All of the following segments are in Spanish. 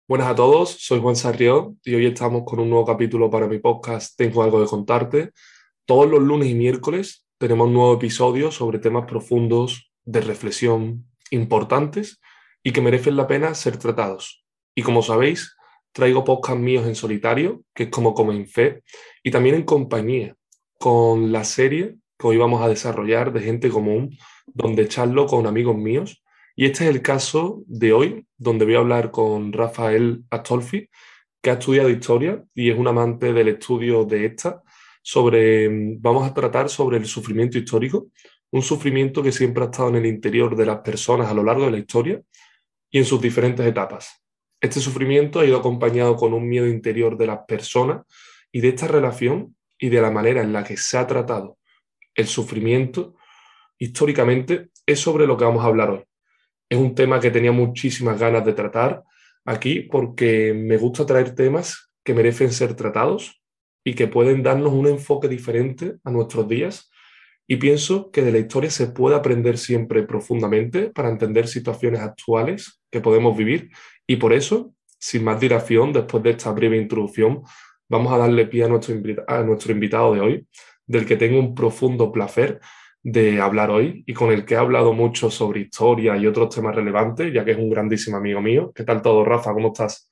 Buenas a todos, soy Juan Sarrión y hoy estamos con un nuevo capítulo para mi podcast Tengo algo de contarte. Todos los lunes y miércoles tenemos un nuevo episodio sobre temas profundos de reflexión importantes y que merecen la pena ser tratados. Y como sabéis, traigo podcasts míos en solitario, que es como Comencé, y también en compañía, con la serie que hoy vamos a desarrollar de gente común, donde charlo con amigos míos y este es el caso de hoy, donde voy a hablar con Rafael Astolfi, que ha estudiado historia y es un amante del estudio de esta. Vamos a tratar sobre el sufrimiento histórico, un sufrimiento que siempre ha estado en el interior de las personas a lo largo de la historia y en sus diferentes etapas. Este sufrimiento ha ido acompañado con un miedo interior de las personas y de esta relación y de la manera en la que se ha tratado el sufrimiento históricamente es sobre lo que vamos a hablar hoy. Es un tema que tenía muchísimas ganas de tratar aquí porque me gusta traer temas que merecen ser tratados y que pueden darnos un enfoque diferente a nuestros días. Y pienso que de la historia se puede aprender siempre profundamente para entender situaciones actuales que podemos vivir. Y por eso, sin más dilación, después de esta breve introducción, vamos a darle pie a a nuestro invitado de hoy, del que tengo un profundo placer de hablar hoy y con el que he hablado mucho sobre historia y otros temas relevantes, ya que es un grandísimo amigo mío. ¿Qué tal todo, Rafa? ¿Cómo estás?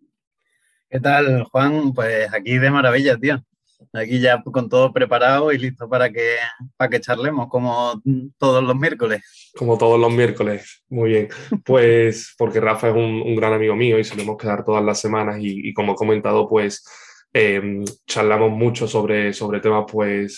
¿Qué tal, Juan? Pues aquí de maravilla, tío. Aquí ya con todo preparado y listo para que charlemos como todos los miércoles. Como todos los miércoles. Muy bien. Pues porque Rafa es un gran amigo mío y solemos quedar todas las semanas y como he comentado, pues charlamos mucho sobre temas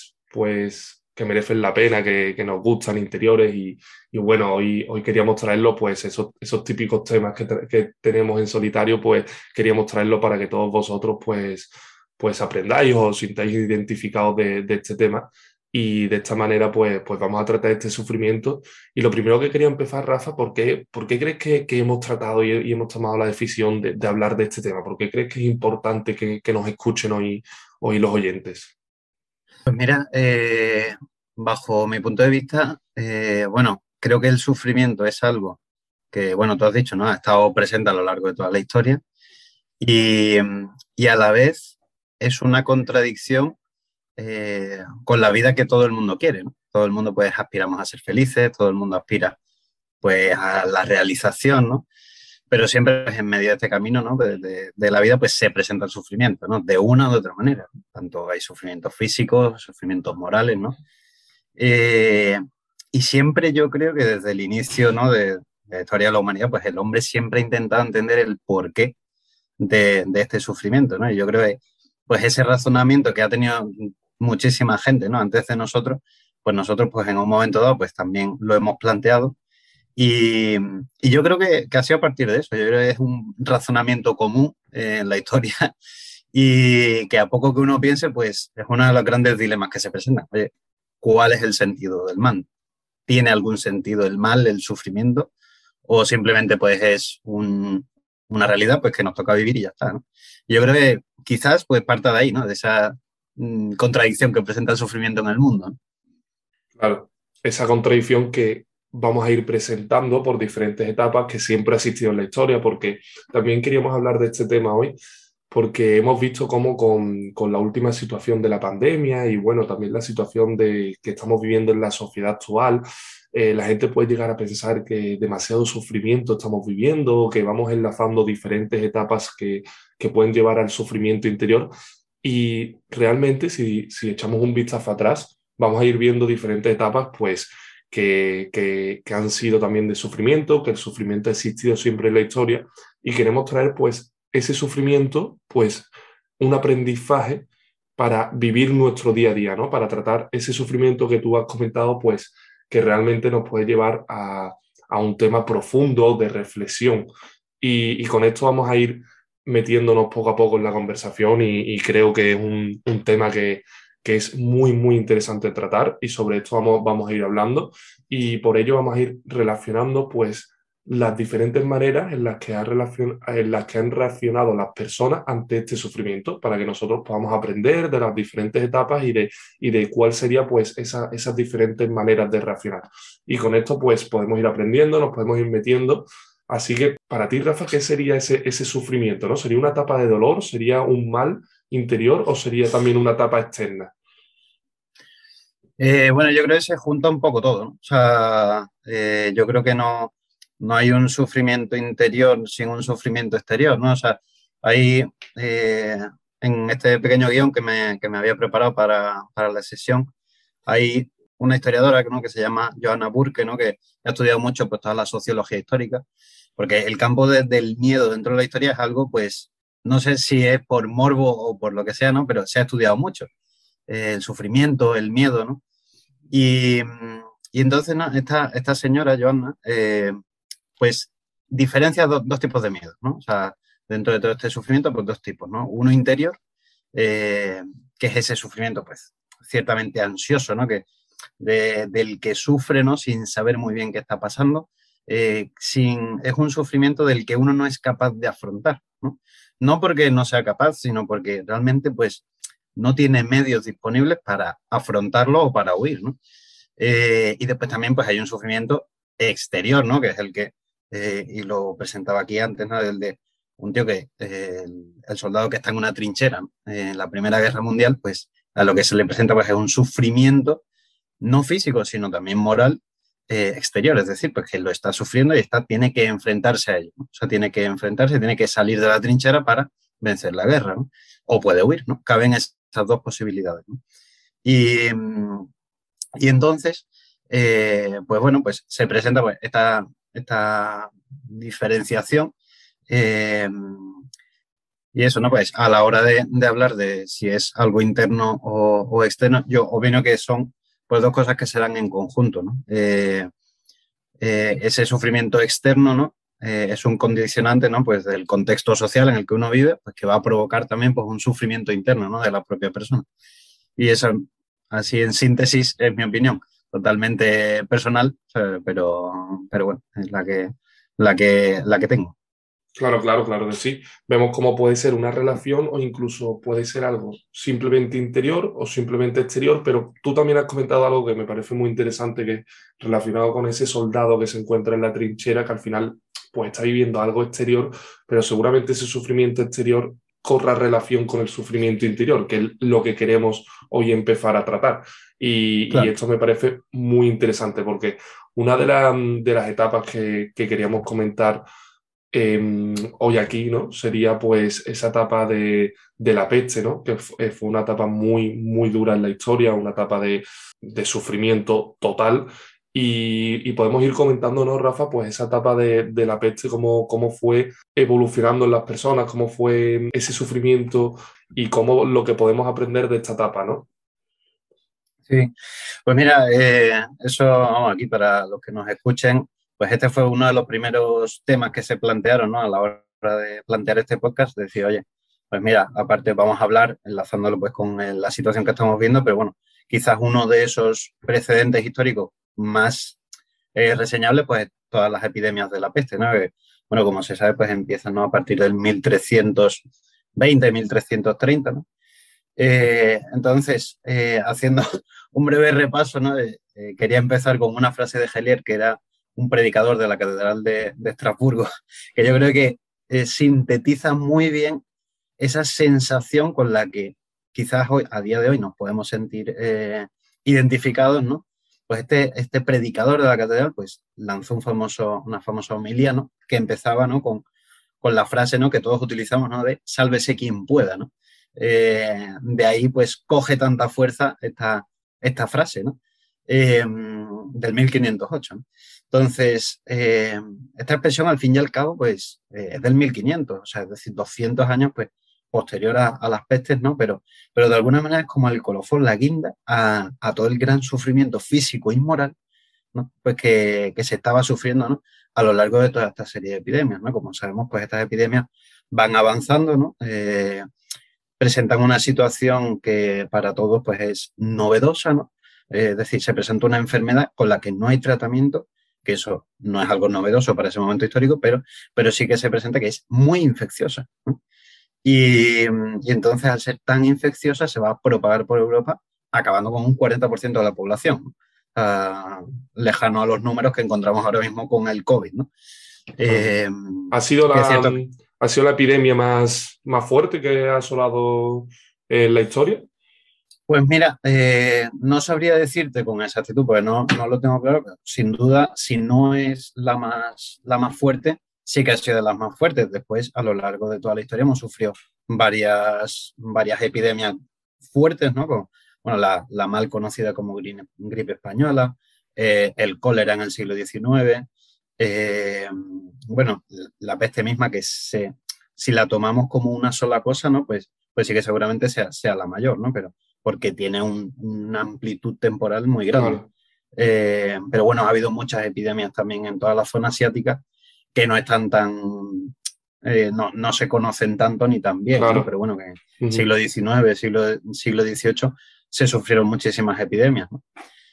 pues que merecen la pena, que nos gustan, interiores y bueno, hoy queríamos traerlo, pues esos típicos temas que tenemos en solitario, pues queríamos traerlo para que todos vosotros pues aprendáis o os sintáis identificados de este tema. Y de esta manera, pues vamos a tratar este sufrimiento. Y lo primero que quería empezar, Rafa, ¿por qué crees que hemos tratado y hemos tomado la decisión de hablar de este tema? ¿Por qué crees que es importante que nos escuchen hoy los oyentes? Pues mira, bajo mi punto de vista, bueno, creo que el sufrimiento es algo que, bueno, tú has dicho, ¿no? Ha estado presente a lo largo de toda la historia y a la vez es una contradicción con la vida que todo el mundo quiere, ¿no? Todo el mundo, pues, aspiramos a ser felices, todo el mundo aspira, pues, a la realización, ¿no? Pero siempre pues, en medio de este camino, ¿no? De la vida, pues se presenta el sufrimiento, ¿no? De una o de otra manera. Tanto hay sufrimientos físicos, sufrimientos morales, ¿no? Eh, y siempre yo creo que desde el inicio, ¿no? De la historia de la humanidad, pues el hombre siempre ha intentado entender el porqué de este sufrimiento, ¿no? Y yo creo que pues ese razonamiento que ha tenido muchísima gente, ¿no? Antes de nosotros, pues nosotros pues en un momento dado pues también lo hemos planteado y, y yo creo que ha sido a partir de eso. Yo creo que es un razonamiento común en la historia y que a poco que uno piense, pues es uno de los grandes dilemas que se presentan. Oye, ¿cuál es el sentido del mal? ¿Tiene algún sentido el mal, el sufrimiento? ¿O simplemente pues es una realidad pues que nos toca vivir y ya está, ¿no? Yo creo que quizás pues parta de ahí, ¿no? De esa contradicción que presenta el sufrimiento en el mundo, ¿no? Claro, esa contradicción que vamos a ir presentando por diferentes etapas que siempre ha existido en la historia, porque también queríamos hablar de este tema hoy, porque hemos visto cómo con la última situación de la pandemia y bueno, también la situación que estamos viviendo en la sociedad actual, la gente puede llegar a pensar que demasiado sufrimiento estamos viviendo, que vamos enlazando diferentes etapas que pueden llevar al sufrimiento interior. Y realmente, si echamos un vistazo atrás, vamos a ir viendo diferentes etapas, pues, que han sido también de sufrimiento, que el sufrimiento ha existido siempre en la historia, y queremos traer, pues, ese sufrimiento, pues, un aprendizaje para vivir nuestro día a día, ¿no? Para tratar ese sufrimiento que tú has comentado, pues, que realmente nos puede llevar a un tema profundo de reflexión. Y con esto vamos a ir metiéndonos poco a poco en la conversación y creo que es un tema que es muy, muy interesante tratar y sobre esto vamos a ir hablando y por ello vamos a ir relacionando pues las diferentes maneras en las que han reaccionado las personas ante este sufrimiento para que nosotros podamos aprender de las diferentes etapas y de cuál sería pues esas diferentes maneras de reaccionar. Y con esto pues podemos ir aprendiendo, nos podemos ir metiendo Así que para ti, Rafa, ¿qué sería ese sufrimiento, ¿no? ¿Sería una etapa de dolor? ¿Sería un mal interior o sería también una etapa externa? Bueno, yo creo que se junta un poco todo, ¿no? O sea, yo creo que no hay un sufrimiento interior sin un sufrimiento exterior, ¿no? O sea, hay eh, en este pequeño guión que me había preparado para la sesión, hay una historiadora, ¿no?, que se llama Johanna Burke, ¿no?, que ha estudiado mucho pues toda la sociología histórica, porque el campo del miedo dentro de la historia es algo, pues, no sé si es por morbo o por lo que sea, ¿no?, pero se ha estudiado mucho. El sufrimiento, el miedo, ¿no? Y, y entonces, ¿no?, esta señora, Joanna, pues diferencia dos tipos de miedo, ¿no? O sea, dentro de todo este sufrimiento, pues dos tipos, ¿no? Uno interior, eh, que es ese sufrimiento, pues, ciertamente ansioso, ¿no? Del que sufre, ¿no?, sin saber muy bien qué está pasando. Es un sufrimiento del que uno no es capaz de afrontar, ¿no? No porque no sea capaz, sino porque realmente, pues, no tiene medios disponibles para afrontarlo o para huir, ¿no? Y después también, pues, hay un sufrimiento exterior, ¿no?, que es el que, y lo presentaba aquí antes, ¿no?, el de un tío que, el soldado que está en una trinchera, ¿no?, en la Primera Guerra Mundial, pues, a lo que se le presenta, pues, es un sufrimiento no físico, sino también moral, exterior, es decir, pues que lo está sufriendo y tiene que enfrentarse a ello, ¿no? O sea, tiene que enfrentarse, tiene que salir de la trinchera para vencer la guerra, ¿no? O puede huir, ¿no? Caben esas dos posibilidades, ¿no? Y, y entonces, pues bueno, pues se presenta pues esta diferenciación, eh, y eso, ¿no? Pues a la hora de hablar de si es algo interno o externo, yo opino que son pues dos cosas que se dan en conjunto, ¿no? Ese sufrimiento externo, ¿no? Es un condicionante, ¿no?, pues del contexto social en el que uno vive, pues que va a provocar también pues un sufrimiento interno, ¿no?, de la propia persona. Y eso, así en síntesis, es mi opinión, totalmente personal, pero bueno, es la que tengo. Claro, claro, claro que sí. Vemos cómo puede ser una relación o incluso puede ser algo simplemente interior o simplemente exterior, pero tú también has comentado algo que me parece muy interesante, que es relacionado con ese soldado que se encuentra en la trinchera, que al final pues está viviendo algo exterior, pero seguramente ese sufrimiento exterior corra relación con el sufrimiento interior, que es lo que queremos hoy empezar a tratar. Y Claro, esto me parece muy interesante porque una de las etapas que queríamos comentar hoy aquí, ¿no? Sería pues esa etapa de la peste, ¿no? Que fue una etapa muy, muy dura en la historia, una etapa de sufrimiento total. Y podemos ir comentando, ¿no, Rafa? Pues esa etapa de la peste, cómo fue evolucionando en las personas, cómo fue ese sufrimiento y cómo lo que podemos aprender de esta etapa, ¿no? sí. Pues mira, eso, vamos, aquí para los que nos escuchen, pues este fue uno de los primeros temas que se plantearon, ¿no?, a la hora de plantear este podcast, decir, oye, pues mira, aparte vamos a hablar, enlazándolo pues con la situación que estamos viendo, pero bueno, quizás uno de esos precedentes históricos más reseñables, pues todas las epidemias de la peste, ¿no? Que, bueno, como se sabe, pues empiezan, ¿no?, a partir del 1320, 1330, ¿no? Entonces, haciendo un breve repaso, ¿no? Quería empezar con una frase de Helier, que era un predicador de la Catedral de Estrasburgo, que yo creo que sintetiza muy bien esa sensación con la que quizás hoy, a día de hoy, nos podemos sentir identificados, ¿no? Pues este predicador de la catedral, pues lanzó una famosa homilía, ¿no?, que empezaba, ¿no?, con la frase, ¿no?, que todos utilizamos, ¿no?, de sálvese quien pueda, ¿no? De ahí, pues, coge tanta fuerza esta frase, ¿no? Del 1508, ¿no? Entonces, esta expresión, al fin y al cabo, pues, es del 1500, o sea, es decir, 200 años, pues, posterior a las pestes, ¿no? Pero de alguna manera es como el colofón, la guinda a todo el gran sufrimiento físico y moral, ¿no?, pues que se estaba sufriendo, ¿no?, a lo largo de toda esta serie de epidemias, ¿no? Como sabemos, pues estas epidemias van avanzando, ¿no? Presentan una situación que para todos pues es novedosa, ¿no? Es decir, se presenta una enfermedad con la que no hay tratamiento, que eso no es algo novedoso para ese momento histórico, pero sí que se presenta que es muy infecciosa, ¿no? Y entonces, al ser tan infecciosa, se va a propagar por Europa, acabando con un 40% de la población, lejano a los números que encontramos ahora mismo con el COVID, ¿no? Eh, ¿Ha sido que es cierto. ha sido la epidemia más fuerte que ha asolado en la historia? Pues mira, no sabría decirte con exactitud, porque no lo tengo claro, pero sin duda, si no es la más fuerte, sí que ha sido de las más fuertes. Después, a lo largo de toda la historia, hemos sufrido varias epidemias fuertes, ¿no? Bueno, la mal conocida como gripe española, el cólera en el siglo XIX, bueno, la peste misma si la tomamos como una sola cosa, ¿no? Pues sí que seguramente sea la mayor, ¿no? Pero porque tiene una amplitud temporal muy grande. Claro, Pero bueno, ha habido muchas epidemias también en toda la zona asiática que no están no se conocen tanto ni tan bien, ¿no? claro. Pero bueno, que en Ujú. siglo XIX, siglo XVIII se sufrieron muchísimas epidemias, ¿no?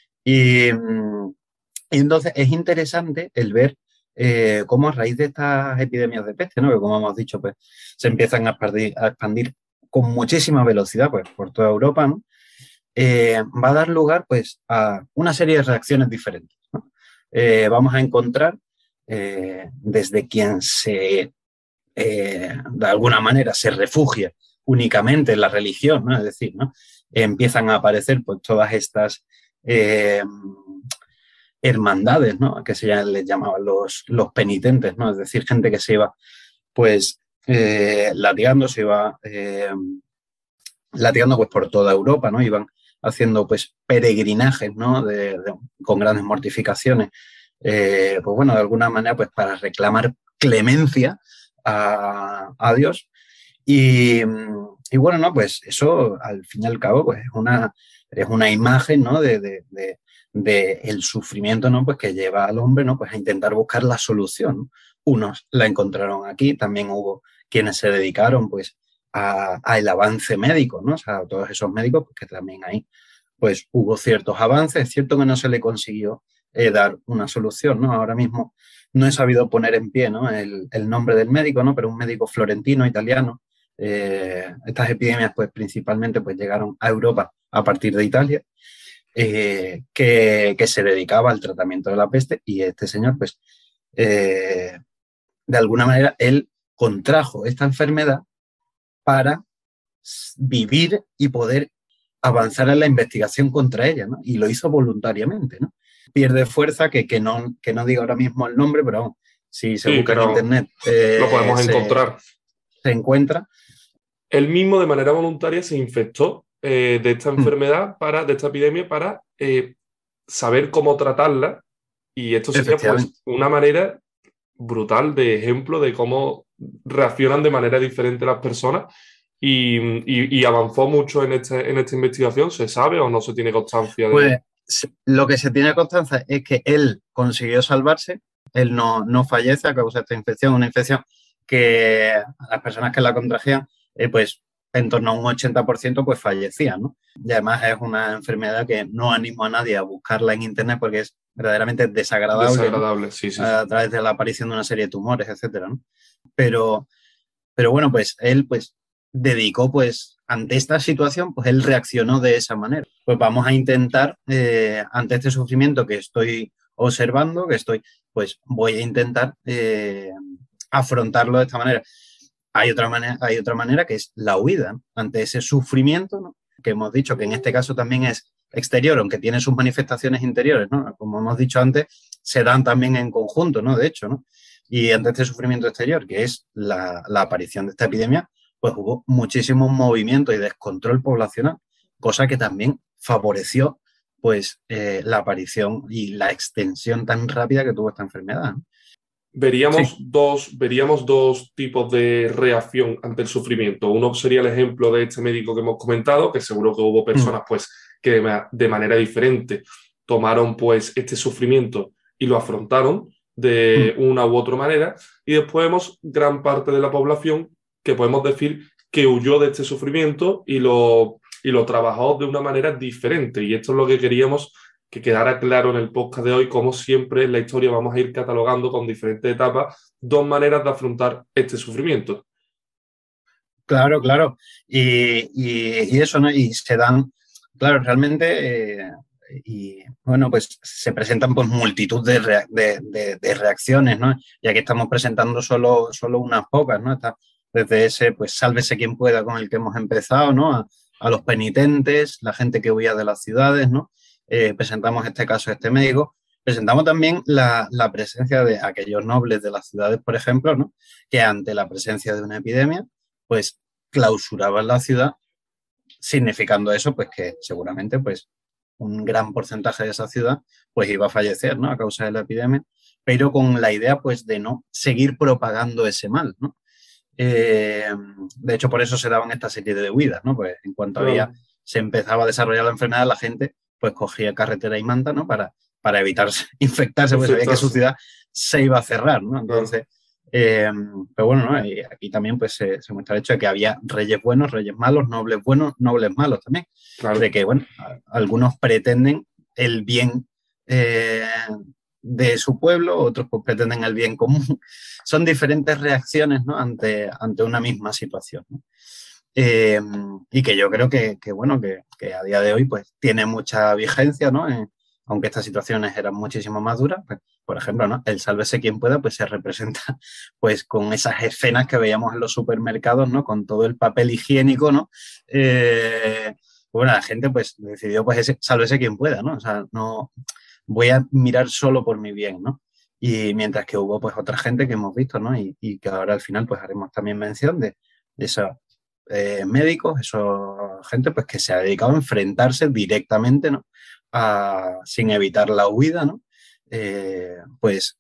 Y entonces es interesante el ver cómo a raíz de estas epidemias de peste, ¿no? Que como hemos dicho, pues se empiezan a expandir con muchísima velocidad pues, por toda Europa, ¿no? Va a dar lugar pues, a una serie de reacciones diferentes, ¿no? Vamos a encontrar desde quien de alguna manera se refugia únicamente en la religión, ¿no? Es decir, ¿no? Empiezan a aparecer pues, todas estas hermandades, ¿no? Que les llamaban los penitentes, ¿no? Es decir, gente que se iba pues latigando, se iba latigando pues por toda Europa, ¿no? Iban haciendo pues peregrinajes, ¿no? Con grandes mortificaciones, pues bueno, de alguna manera pues para reclamar clemencia a Dios. Y bueno, ¿no? Pues eso al fin y al cabo pues es una imagen, ¿no? De el sufrimiento, ¿no? Pues que lleva al hombre, ¿no? Pues a intentar buscar la solución, ¿no? Unos la encontraron aquí, también hubo quienes se dedicaron pues a el avance médico, ¿no? O sea, todos esos médicos, pues que también ahí pues hubo ciertos avances, es cierto que no se le consiguió dar una solución, ¿no? Ahora mismo no he sabido poner en pie, ¿no? El nombre del médico, ¿no? Pero un médico florentino, italiano. Estas epidemias, pues principalmente, pues llegaron a Europa a partir de Italia, que se dedicaba al tratamiento de la peste y este señor, pues, de alguna manera, él contrajo esta enfermedad para vivir y poder avanzar en la investigación contra ella, ¿no? Y lo hizo voluntariamente, ¿no? Pierde fuerza, que no digo ahora mismo el nombre, pero vamos, si se Sí, busca en pero internet, lo podemos encontrar. se encuentra. Él mismo de manera voluntaria se infectó de esta enfermedad, de esta epidemia, para saber cómo tratarla. Y esto sería Efectivamente. pues una manera brutal de ejemplo de cómo reaccionan de manera diferente las personas y avanzó mucho en esta investigación. ¿Se sabe o no se tiene constancia de...? Pues lo que se tiene constancia es que él consiguió salvarse, él no fallece a causa de esta infección, una infección que a las personas que la contrajían, pues en torno a un 80% pues fallecían, ¿no? Y además es una enfermedad que no animo a nadie a buscarla en internet porque es verdaderamente desagradable, ¿no? Desagradable, sí, sí, sí. A través de la aparición de una serie de tumores, etcétera, ¿no? Pero pero bueno, pues él pues dedicó pues ante esta situación, pues él reaccionó de esa manera. Pues vamos a intentar, ante este sufrimiento que estoy observando, pues voy a intentar afrontarlo de esta manera. Hay otra manera que es la huida, ¿no? Ante ese sufrimiento, ¿no? Que hemos dicho que en este caso también es exterior, aunque tiene sus manifestaciones interiores, ¿no? Como hemos dicho antes, se dan también en conjunto, ¿no? De hecho, ¿no? Y ante este sufrimiento exterior, que es la aparición de esta epidemia, pues hubo muchísimo movimiento y descontrol poblacional, cosa que también favoreció pues la aparición y la extensión tan rápida que tuvo esta enfermedad, ¿no? Sí. Veríamos dos tipos de reacción ante el sufrimiento. Uno sería el ejemplo de este médico que hemos comentado, que seguro que hubo Mm, personas pues, que de manera diferente tomaron pues, este sufrimiento y lo afrontaron de mm. una u otra manera. Y después vemos gran parte de la población que podemos decir que huyó de este sufrimiento y lo trabajó de una manera diferente. Y esto es lo que queríamos que quedara claro en el podcast de hoy, como siempre en la historia vamos a ir catalogando con diferentes etapas dos maneras de afrontar este sufrimiento. Claro, claro. Y eso, ¿no? Y se dan, claro, realmente y bueno, pues se presentan pues multitud de reacciones, ¿no? Ya que estamos presentando solo unas pocas, ¿no? Desde ese, pues sálvese quien pueda con el que hemos empezado, ¿no? A los penitentes, la gente que huía de las ciudades, ¿no? Presentamos este caso de este médico. Presentamos también la presencia de aquellos nobles de las ciudades, por ejemplo, ¿no? Que ante la presencia de una epidemia, pues clausuraban la ciudad, significando eso, pues que seguramente, pues un gran porcentaje de esa ciudad pues iba a fallecer, ¿no? A causa de la epidemia, pero con la idea pues de no seguir propagando ese mal, ¿no? De hecho, por eso se daban esta serie de huidas, ¿no? Pues en cuanto Claro, se empezaba a desarrollar la enfermedad, la gente pues cogía carretera y manta, ¿no? Para evitar infectarse, porque sabía que su infectarse. ciudad se iba a cerrar, ¿no? Claro, Entonces, pero bueno, ¿no? Y aquí también pues se muestra el hecho de que había reyes buenos, reyes malos, nobles buenos, nobles malos también. De claro. que, bueno, algunos pretenden el bien eh, de su pueblo, otros pues pretenden el bien común. Son diferentes reacciones, ¿no? ante una misma situación, ¿no? Y que yo creo bueno, que a día de hoy pues tiene mucha vigencia, ¿no? Aunque estas situaciones eran muchísimo más duras, pues, por ejemplo, ¿no? El sálvese quien pueda, pues se representa pues con esas escenas que veíamos en los supermercados, ¿no? Con todo el papel higiénico, ¿no? Bueno, la gente pues decidió pues ese, sálvese quien pueda, ¿no? O sea, no voy a mirar solo por mi bien, ¿no? Y mientras que hubo pues otra gente que hemos visto, ¿no? Y que ahora al final pues haremos también mención de esos médicos, esa gente pues que se ha dedicado a enfrentarse directamente, ¿no? Sin evitar la huida, ¿no? Pues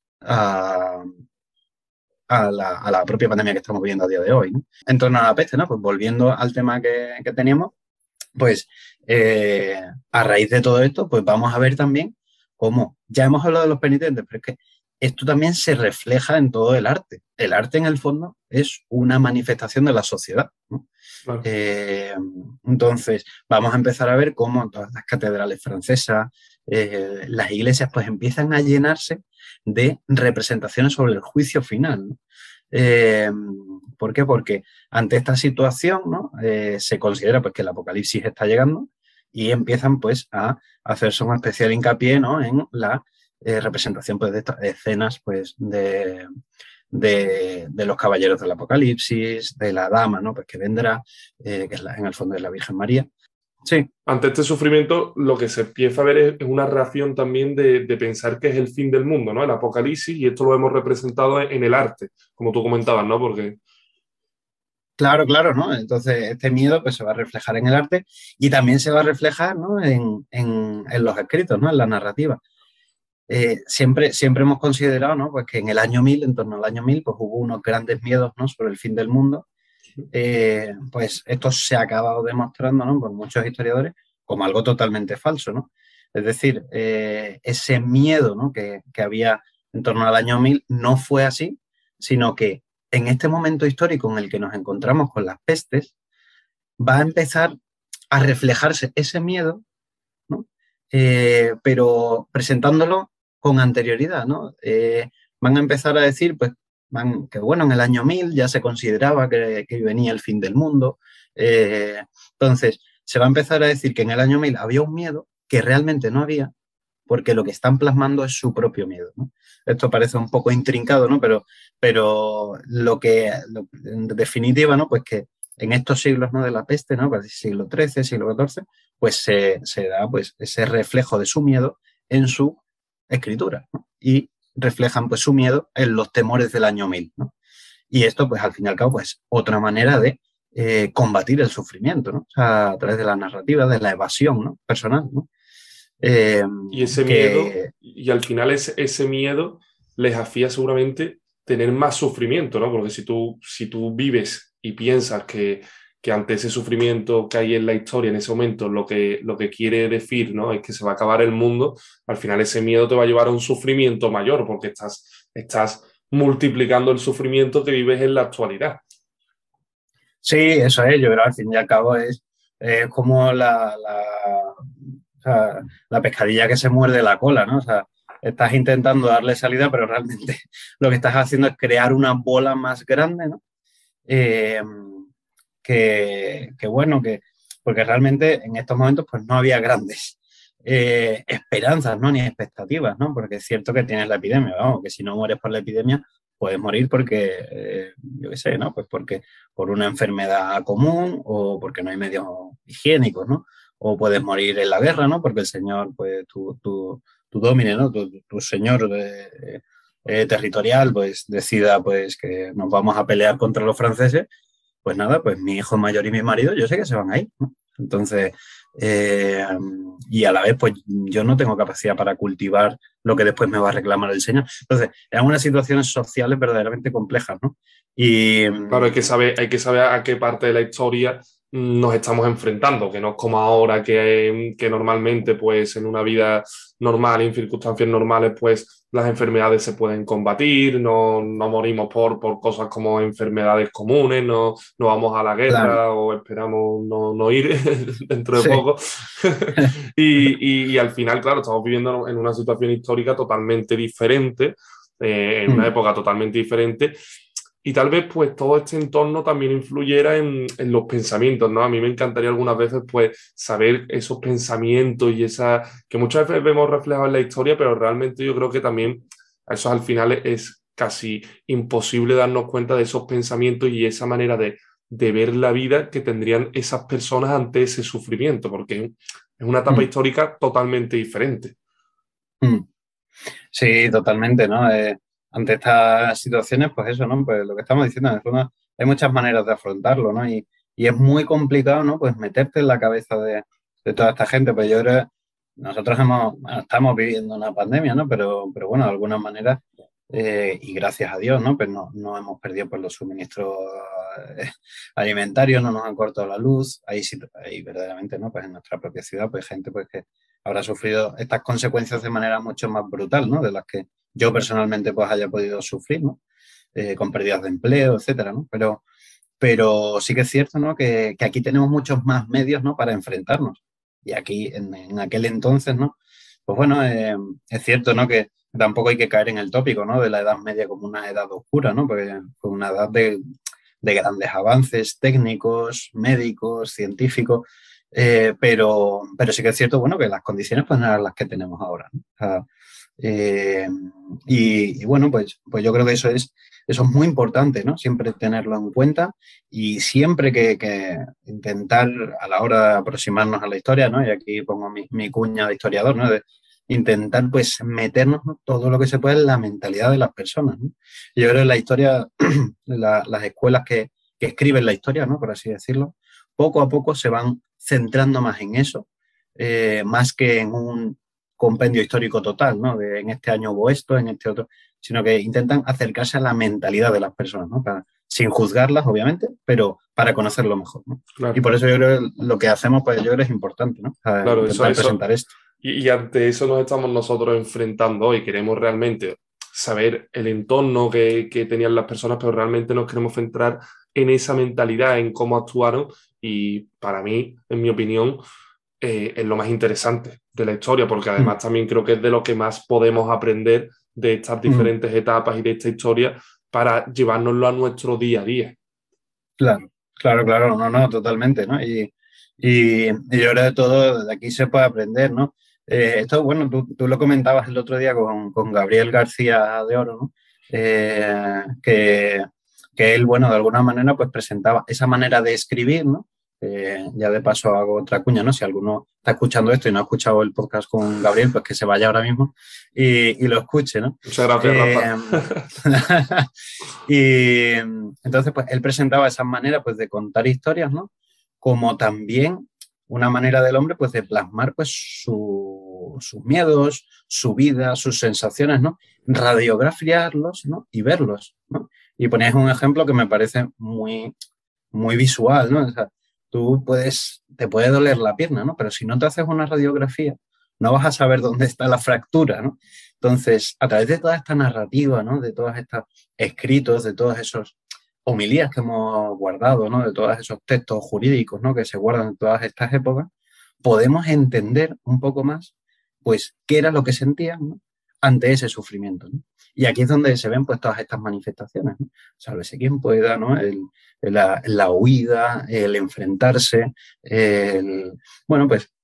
a la propia pandemia que estamos viviendo a día de hoy, ¿no? En torno a la peste, ¿no? Pues volviendo al tema que teníamos, pues a raíz de todo esto, pues vamos a ver también cómo, ya hemos hablado de los penitentes, pero es que esto también se refleja en todo el arte. El arte, en el fondo, es una manifestación de la sociedad, ¿no? Claro. Eh, entonces, vamos a empezar a ver cómo todas las catedrales francesas, las iglesias, pues empiezan a llenarse de representaciones sobre el juicio final, ¿no? Eh, ¿Por qué? Porque ante esta situación, ¿no? Se considera pues, que el apocalipsis está llegando y empiezan pues, a hacerse un especial hincapié, ¿no? En la representación pues, de estas escenas pues, de los caballeros del Apocalipsis, de la dama, ¿no? Pues que vendrá, que es en el fondo de la Virgen María. Sí, Ante este sufrimiento, lo que se empieza a ver es una reacción también de pensar que es el fin del mundo, ¿no? El apocalipsis, y esto lo hemos representado en el arte, como tú comentabas, ¿no? Porque, claro, claro, ¿no? Entonces este miedo pues, se va a reflejar en el arte y también se va a reflejar, ¿no? En los escritos, ¿no? En la narrativa. Siempre hemos considerado, ¿no? Pues que en el año 1000, en torno al año 1000, pues hubo unos grandes miedos, ¿no? Sobre el fin del mundo. Pues esto se ha acabado demostrando, ¿no? Por muchos historiadores como algo totalmente falso, ¿no? Es decir, ese miedo, ¿no? que había en torno al año 1000 no fue así, sino que en este momento histórico en el que nos encontramos con las pestes, va a empezar a reflejarse ese miedo, ¿no? Pero presentándolo con anterioridad, ¿no? Van a empezar a decir, pues, que bueno, en el año 1000 ya se consideraba que venía el fin del mundo. Entonces, se va a empezar a decir que en el año 1000 había un miedo que realmente no había, porque lo que están plasmando es su propio miedo, ¿no? Esto parece un poco intrincado, ¿no? Pero en definitiva, ¿no? Pues que en estos siglos, ¿no? De la peste, ¿no? Pues siglo XIII, siglo XIV, pues se da pues, ese reflejo de su miedo en su escritura, ¿no? Y reflejan pues su miedo en los temores del año 1000, ¿no? Y esto, pues al fin y al cabo, pues otra manera de combatir el sufrimiento, ¿no? O sea, a través de la narrativa, de la evasión, ¿no? Personal, ¿no? Eh, y ese miedo, que y al final ese miedo les hacía seguramente tener más sufrimiento, ¿no? Porque si tú vives y piensas que ante ese sufrimiento que hay en la historia en ese momento, lo que quiere decir, ¿no? Es que se va a acabar el mundo, al final ese miedo te va a llevar a un sufrimiento mayor, porque estás multiplicando el sufrimiento que vives en la actualidad. sí, eso es, yo creo al fin y al cabo es como o sea, la pescadilla que se muerde la cola, ¿no? O sea, estás intentando darle salida, pero realmente lo que estás haciendo es crear una bola más grande, ¿no? Eh, bueno, porque realmente en estos momentos pues no había grandes. esperanzas, ¿no? Ni expectativas, ¿no? Porque es cierto que tienes la epidemia, vamos, que si no mueres por la epidemia, puedes morir porque, yo qué sé, ¿no? Pues porque por una enfermedad común o porque no hay medios higiénicos, ¿no? O puedes morir en la guerra, ¿no? Porque el señor, pues, tu domine, ¿no? Tu señor territorial, pues, decida, pues, que nos vamos a pelear contra los franceses, pues nada, pues mi hijo mayor y mi marido, yo sé que se van a ir, ¿no? Entonces, eh, y a la vez, pues yo no tengo capacidad para cultivar lo que después me va a reclamar el Señor. Entonces, eran unas situaciones sociales verdaderamente complejas, ¿no? Y Claro, hay que saber a qué parte de la historia nos estamos enfrentando, que no es como ahora que normalmente, pues en una vida normal, en circunstancias normales, pues las enfermedades se pueden combatir, no morimos por cosas como enfermedades comunes, no vamos a la claro, guerra o esperamos no ir dentro de sí, poco. Y al final, claro, estamos viviendo en una situación histórica totalmente diferente, en una mm, época totalmente diferente y tal vez pues todo este entorno también influyera en los pensamientos, ¿no? A mí me encantaría algunas veces pues saber esos pensamientos y esa que muchas veces vemos reflejados en la historia, pero realmente yo creo que también a eso al final es casi imposible darnos cuenta de esos pensamientos y esa manera de ver la vida que tendrían esas personas ante ese sufrimiento, porque es una etapa mm, histórica totalmente diferente. mm. Sí, totalmente, ¿no? Ante estas situaciones, pues eso, ¿no? Pues lo que estamos diciendo, en el fondo, hay muchas maneras de afrontarlo, ¿no? Y es muy complicado, ¿no? Pues meterte en la cabeza de toda esta gente. Pues yo creo, nosotros bueno, estamos viviendo una pandemia, ¿no? Pero bueno, de alguna manera, y gracias a Dios, ¿no? Pues no hemos perdido pues, los suministros eh, alimentarios, no nos han cortado la luz. Ahí sí, ahí verdaderamente, ¿no? Pues en nuestra propia ciudad, pues gente pues que habrá sufrido estas consecuencias de manera mucho más brutal, ¿no? De las que yo personalmente pues haya podido sufrir, ¿no? Con pérdidas de empleo, etcétera, ¿no? Pero sí que es cierto, ¿no? Que aquí tenemos muchos más medios, ¿no? Para enfrentarnos. Y aquí, en aquel entonces, ¿no? Pues bueno, es cierto, ¿no? Que tampoco hay que caer en el tópico, ¿no? De la Edad Media como una edad oscura, ¿no? Porque fue una edad de grandes avances técnicos, médicos, científicos, pero sí que es cierto, bueno, que las condiciones pues no eran las que tenemos ahora, ¿no? O sea, eh, y bueno, pues yo creo que eso es muy importante, ¿no? Siempre tenerlo en cuenta y siempre que intentar a la hora de aproximarnos a la historia, ¿no? Y aquí pongo mi cuña de historiador, ¿no? De intentar pues meternos, ¿no? Todo lo que se puede en la mentalidad de las personas, ¿no? Yo creo que la historia, las escuelas que escriben la historia, ¿no? Por así decirlo, poco a poco se van centrando más en eso, más que en un compendio histórico total, ¿no? De en este año hubo esto, en este otro, sino que intentan acercarse a la mentalidad de las personas, ¿no? Sin juzgarlas, obviamente, pero para conocerlo mejor, ¿no? Y Claro, por eso yo creo que lo que hacemos, pues yo creo que es importante, ¿no? claro, Intentar presentar esto. y ante eso nos estamos nosotros enfrentando hoy. Queremos realmente saber el entorno que tenían las personas, pero realmente nos queremos centrar en esa mentalidad, en cómo actuaron. Y para mí, en mi opinión, es lo más interesante de la historia, porque Mm, además también creo que es de lo que más podemos aprender de estas mm, diferentes etapas y de esta historia para llevárnoslo a nuestro día a día. claro, claro, claro, no, no, totalmente, ¿no? Y yo creo que todo de aquí se puede aprender, ¿no? Esto, bueno, tú lo comentabas el otro día con Gabriel García de Oro, ¿no? Que él, bueno, de alguna manera, pues presentaba esa manera de escribir, ¿no? Ya de paso hago otra cuña, ¿no? Si alguno está escuchando esto y no ha escuchado el podcast con Gabriel, pues que se vaya ahora mismo y lo escuche, ¿no? Muchas gracias, Rafa. Eh, y entonces, pues él presentaba esa manera pues, de contar historias, ¿no? Como también una manera del hombre pues, de plasmar pues, sus miedos, su vida, sus sensaciones, ¿no? Radiografiarlos, ¿no? Y verlos, ¿no? Y ponías un ejemplo que me parece muy visual, ¿no? O sea, te puede doler la pierna, ¿no? Pero si no te haces una radiografía, no vas a saber dónde está la fractura, ¿no? Entonces, a través de toda esta narrativa, ¿no? De todos estos escritos, de todas esas homilías que hemos guardado, ¿no? De todos esos textos jurídicos, ¿no? Que se guardan en todas estas épocas, podemos entender un poco más, pues, qué era lo que sentían, ¿no? Ante ese sufrimiento, ¿no? Y aquí es donde se ven, pues, todas estas manifestaciones, ¿no? Sálvese quien pueda, ¿no? La huida, el enfrentarse, bueno, pues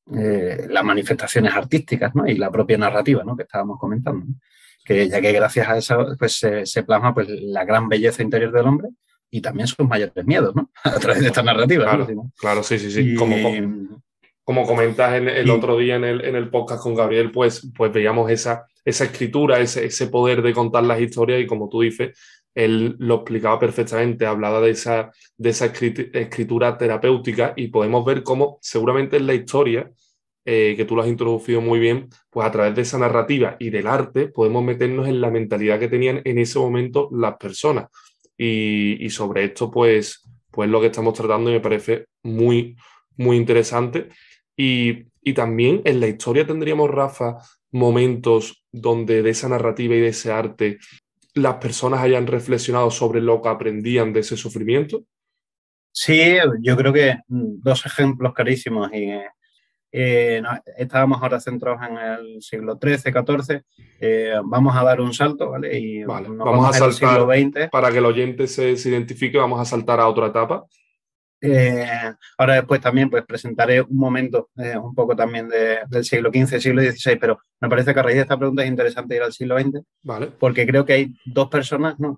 las manifestaciones artísticas, ¿no? Y la propia narrativa, ¿no? Que estábamos comentando, ¿no? Que ya que gracias a eso pues, se plasma pues, la gran belleza interior del hombre y también sus mayores miedos, ¿no? A través de esta narrativa, ¿no? Claro, claro, sí, sí, sí. Y, Como comentas el y otro día en el podcast con Gabriel, pues veíamos esa escritura, ese poder de contar las historias y como tú dices, él lo explicaba perfectamente, hablaba de esa escritura terapéutica y podemos ver cómo seguramente en la historia, que tú lo has introducido muy bien, pues a través de esa narrativa y del arte podemos meternos en la mentalidad que tenían en ese momento las personas. Y sobre esto, pues lo que estamos tratando y me parece muy, muy interesante. Y también en la historia tendríamos, Rafa, momentos donde de esa narrativa y de ese arte las personas hayan reflexionado sobre lo que aprendían de ese sufrimiento. sí, yo creo que dos ejemplos clarísimos. Estábamos ahora centrados en el siglo XIII, XIV. Vamos a dar un salto, ¿vale? Y Vale, nos vamos a vamos al siglo saltar, XX. para que el oyente se identifique, vamos a saltar a otra etapa. Eh, Ahora después también pues presentaré un momento un poco también del siglo XV, siglo XVI, pero me parece que a raíz de esta pregunta es interesante ir al siglo XX Vale, porque creo que hay dos personas, ¿no?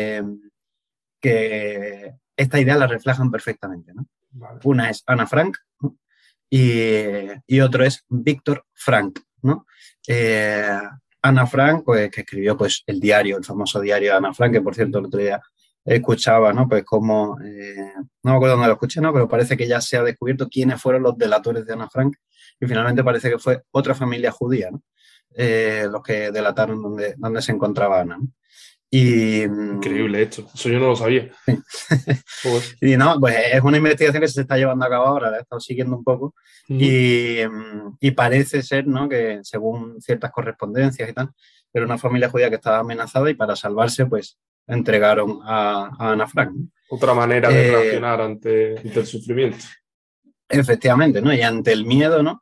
que esta idea la reflejan perfectamente, ¿no? vale. Una es Ana Frank, ¿no? y otro es Víctor Frank, ¿no? Eh, Ana Frank, pues, que escribió pues, el diario, el famoso diario de Ana Frank, que por cierto el otro día escuchaba, ¿no? Pues como, no me acuerdo dónde lo escuché, ¿no? Pero parece que ya se ha descubierto quiénes fueron los delatores de Ana Frank y finalmente parece que fue otra familia judía, ¿no? Los que delataron dónde se encontraba Ana, ¿no? Y, Increíble esto, eso yo no lo sabía. Joder. y no, pues es una investigación que se está llevando a cabo ahora, la he estado siguiendo un poco Ujú. y parece ser, ¿no? Que según ciertas correspondencias y tal, era una familia judía que estaba amenazada y para salvarse, pues entregaron a Ana Frank, ¿no? Otra manera de Eh, reaccionar ante el sufrimiento. Efectivamente, ¿no? Y ante el miedo, ¿no?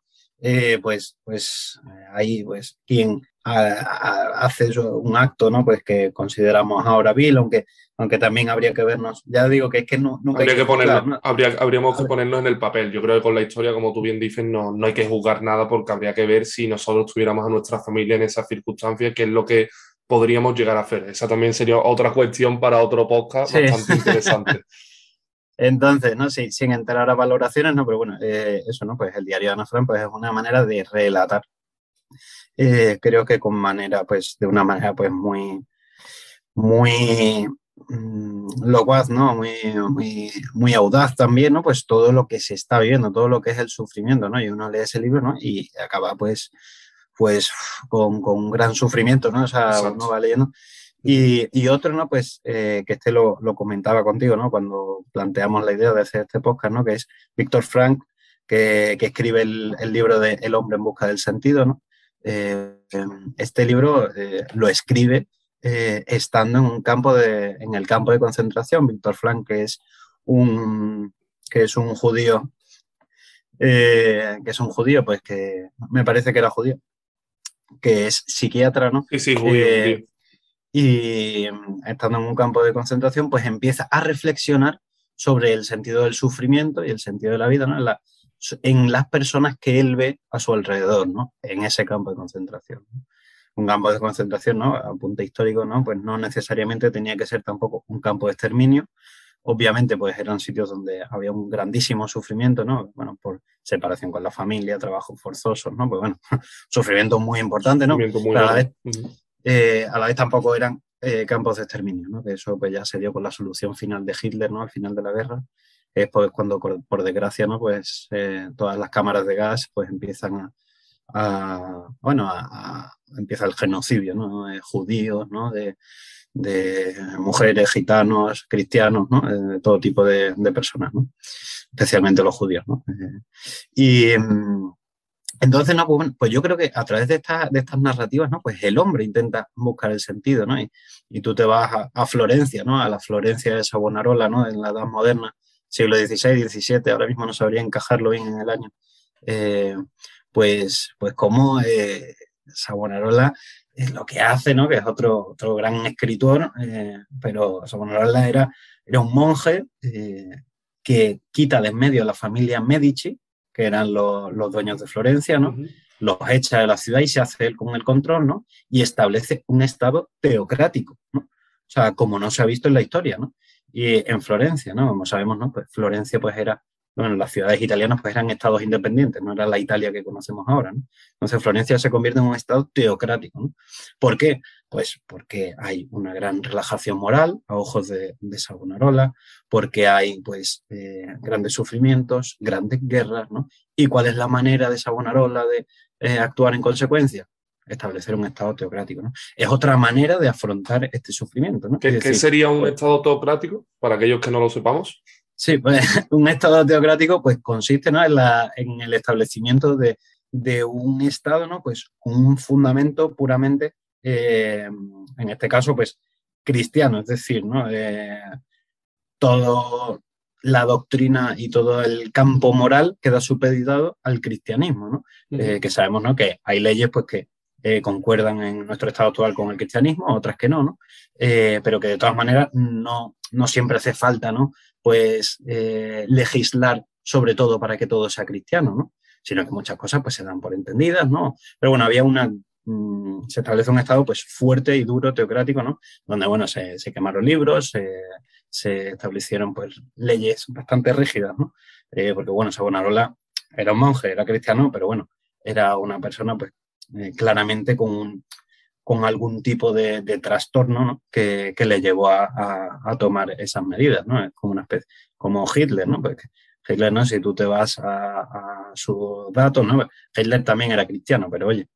Ahí, pues, quien hace un acto, ¿no? Pues que consideramos ahora vil, aunque también habría que vernos, ya digo que es que nunca hay Habría que que juzgar, ponerlo, ¿no? habríamos que ponernos en el papel. Yo creo que con la historia, como tú bien dices, no hay que juzgar nada porque habría que ver si nosotros tuviéramos a nuestra familia en esas circunstancias, qué es lo que podríamos llegar a hacer. Esa también sería otra cuestión para otro podcast Sí. bastante interesante. Entonces, ¿no? Sin entrar a valoraciones, ¿no? Pero bueno, eso, ¿no? Pues el diario de Ana Frank pues, es una manera de relatar. Creo que de una manera, pues, muy locuaz, ¿no? Muy audaz también, ¿no? Pues todo lo que se está viviendo, todo lo que es el sufrimiento, ¿no? Y uno lee ese libro, ¿no? Y acaba, pues con un gran sufrimiento, ¿no? O sea, uno Exacto. va leyendo. Y otro, ¿no? Pues que lo comentaba contigo, ¿no? Cuando planteamos la idea de hacer este podcast, ¿no? Que es Víctor Frank, que escribe el libro de El hombre en busca del sentido, ¿no? Este libro lo escribe estando en el campo de concentración. Víctor Frank, un, que es un judío, pues que me parece que era judío, que es psiquiatra, ¿no? Sí, sí, judío, Eh, judío. y estando en un campo de concentración, pues empieza a reflexionar sobre el sentido del sufrimiento y el sentido de la vida, ¿no? En las personas que él ve a su alrededor, ¿no? En ese campo de concentración, ¿no? Un campo de concentración, ¿no? A punto histórico, ¿no? Pues no necesariamente tenía que ser tampoco un campo de exterminio. Obviamente, pues eran sitios donde había un grandísimo sufrimiento, ¿no? Bueno, por separación con la familia, trabajos forzosos, ¿no? Pues bueno, sufrimiento muy importante, ¿no? Sufrimiento muy Pero gordo. Ujú. a la vez tampoco eran campos de exterminio, ¿no? Que eso pues ya se dio con la solución final de Hitler, ¿no? Al final de la guerra. Es pues cuando, por desgracia, ¿no? Pues todas las cámaras de gas pues empiezan empieza el genocidio, ¿no? Judíos, ¿no? De mujeres, gitanos, cristianos, ¿no? De todo tipo de personas, ¿no? Especialmente los judíos, ¿no? Y entonces, no, pues yo creo que a través de estas narrativas, ¿no? Pues el hombre intenta buscar el sentido, ¿no? Y tú te vas a Florencia, ¿no? A la Florencia de Savonarola, ¿no? En la Edad Moderna, siglo XVI, XVII, ahora mismo no sabría encajarlo bien en el año. Eh, pues como Savonarola es lo que hace, ¿no? Que es otro gran escritor, pero Savonarola era un monje que quita de en medio a la familia Medici, que eran los dueños de Florencia, ¿no? Ujú. Los echa de la ciudad y se hace él con el control, ¿no? Y establece un estado teocrático, ¿no? O sea, como no se ha visto en la historia, ¿no? Y en Florencia, ¿no? Como sabemos, ¿no? Pues Florencia pues era, bueno, las ciudades italianas pues eran estados independientes, no era la Italia que conocemos ahora, ¿no? Entonces Florencia se convierte en un estado teocrático, ¿no? ¿Por qué? Pues porque hay una gran relajación moral a ojos de Savonarola, porque hay pues grandes sufrimientos, grandes guerras, ¿no? ¿Y cuál es la manera de Savonarola de actuar en consecuencia? Establecer un estado teocrático, ¿no? Es otra manera de afrontar este sufrimiento, ¿no? Es ¿Qué decir, sería un pues, estado teocrático para aquellos que no lo sepamos? sí, pues, un estado teocrático pues consiste, ¿no? En el establecimiento de un estado, ¿no? Pues con un fundamento puramente, en este caso, pues cristiano, es decir, ¿no? Todo la doctrina y todo el campo moral queda supeditado al cristianismo, ¿no? Ujú. Que sabemos, ¿no? Que hay leyes pues que concuerdan en nuestro estado actual con el cristianismo, otras que no, ¿no? Pero que de todas maneras no siempre hace falta, ¿no? Pues legislar sobre todo para que todo sea cristiano, ¿no? Sino que muchas cosas pues se dan por entendidas, ¿no? Pero bueno, se establece un estado pues fuerte y duro, teocrático, ¿no? Donde, bueno, se quemaron libros, se establecieron pues leyes bastante rígidas, ¿no? Porque bueno, Savonarola era un monje, era cristiano, pero bueno, era una persona pues claramente con algún tipo de trastorno, ¿no? Que le llevó a tomar esas medidas, ¿no? Es como una especie, como Hitler, ¿no? Pues Hitler, ¿no? Si tú te vas a sus datos, ¿no? Hitler también era cristiano, pero oye,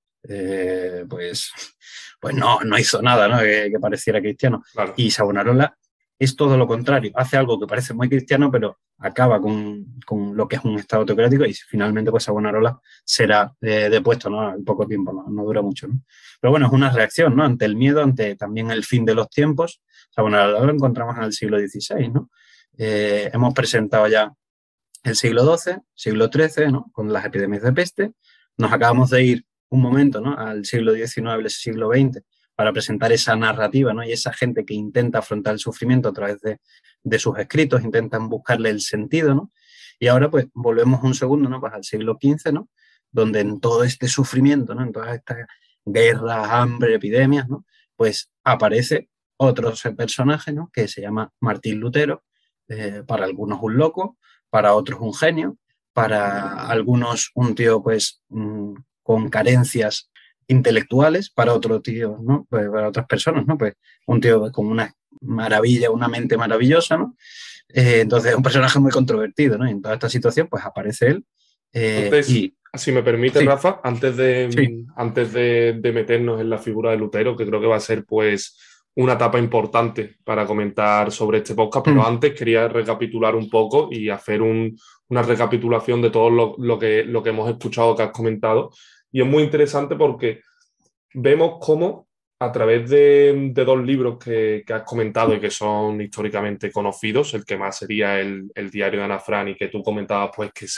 pues no hizo nada, ¿no? Que pareciera cristiano. Claro. Y Savonarola es todo lo contrario, hace algo que parece muy cristiano, pero acaba con lo que es un estado teocrático y finalmente pues Savonarola será depuesto, ¿no? En poco tiempo, no dura mucho, ¿no? Pero bueno, es una reacción, ¿no? Ante el miedo, ante también el fin de los tiempos. Savonarola lo encontramos en el siglo XVI, ¿no? Hemos presentado ya el siglo XII, siglo XIII, ¿no? Con las epidemias de peste. Nos acabamos de ir un momento, ¿no? Al siglo XIX, el siglo XX, para presentar esa narrativa, ¿no? Y esa gente que intenta afrontar el sufrimiento a través de sus escritos, intentan buscarle el sentido, ¿no? Y ahora, pues, volvemos un segundo, ¿no? Pues al siglo XV, ¿no? Donde en todo este sufrimiento, ¿no? En todas estas guerras, hambre, epidemias, ¿no? Pues aparece otro personaje, ¿no? Que se llama Martín Lutero, para algunos un loco, para otros un genio, para algunos un tío pues con carencias intelectuales, para otro tío, ¿no? Pues para otras personas, ¿no? Pues un tío con una maravilla, una mente maravillosa, ¿no? Entonces es un personaje muy controvertido, ¿no? Y en toda esta situación pues aparece él Antes, y si me permite, sí, Rafa, sí, antes de meternos en la figura de Lutero, que creo que va a ser pues una etapa importante para comentar sobre este podcast, pero mm, antes quería recapitular un poco y hacer una recapitulación de todo lo que hemos escuchado que has comentado. Y es muy interesante porque vemos cómo a través de dos libros que has comentado y que son históricamente conocidos, el que más sería el diario de Ana Fran y que tú comentabas pues que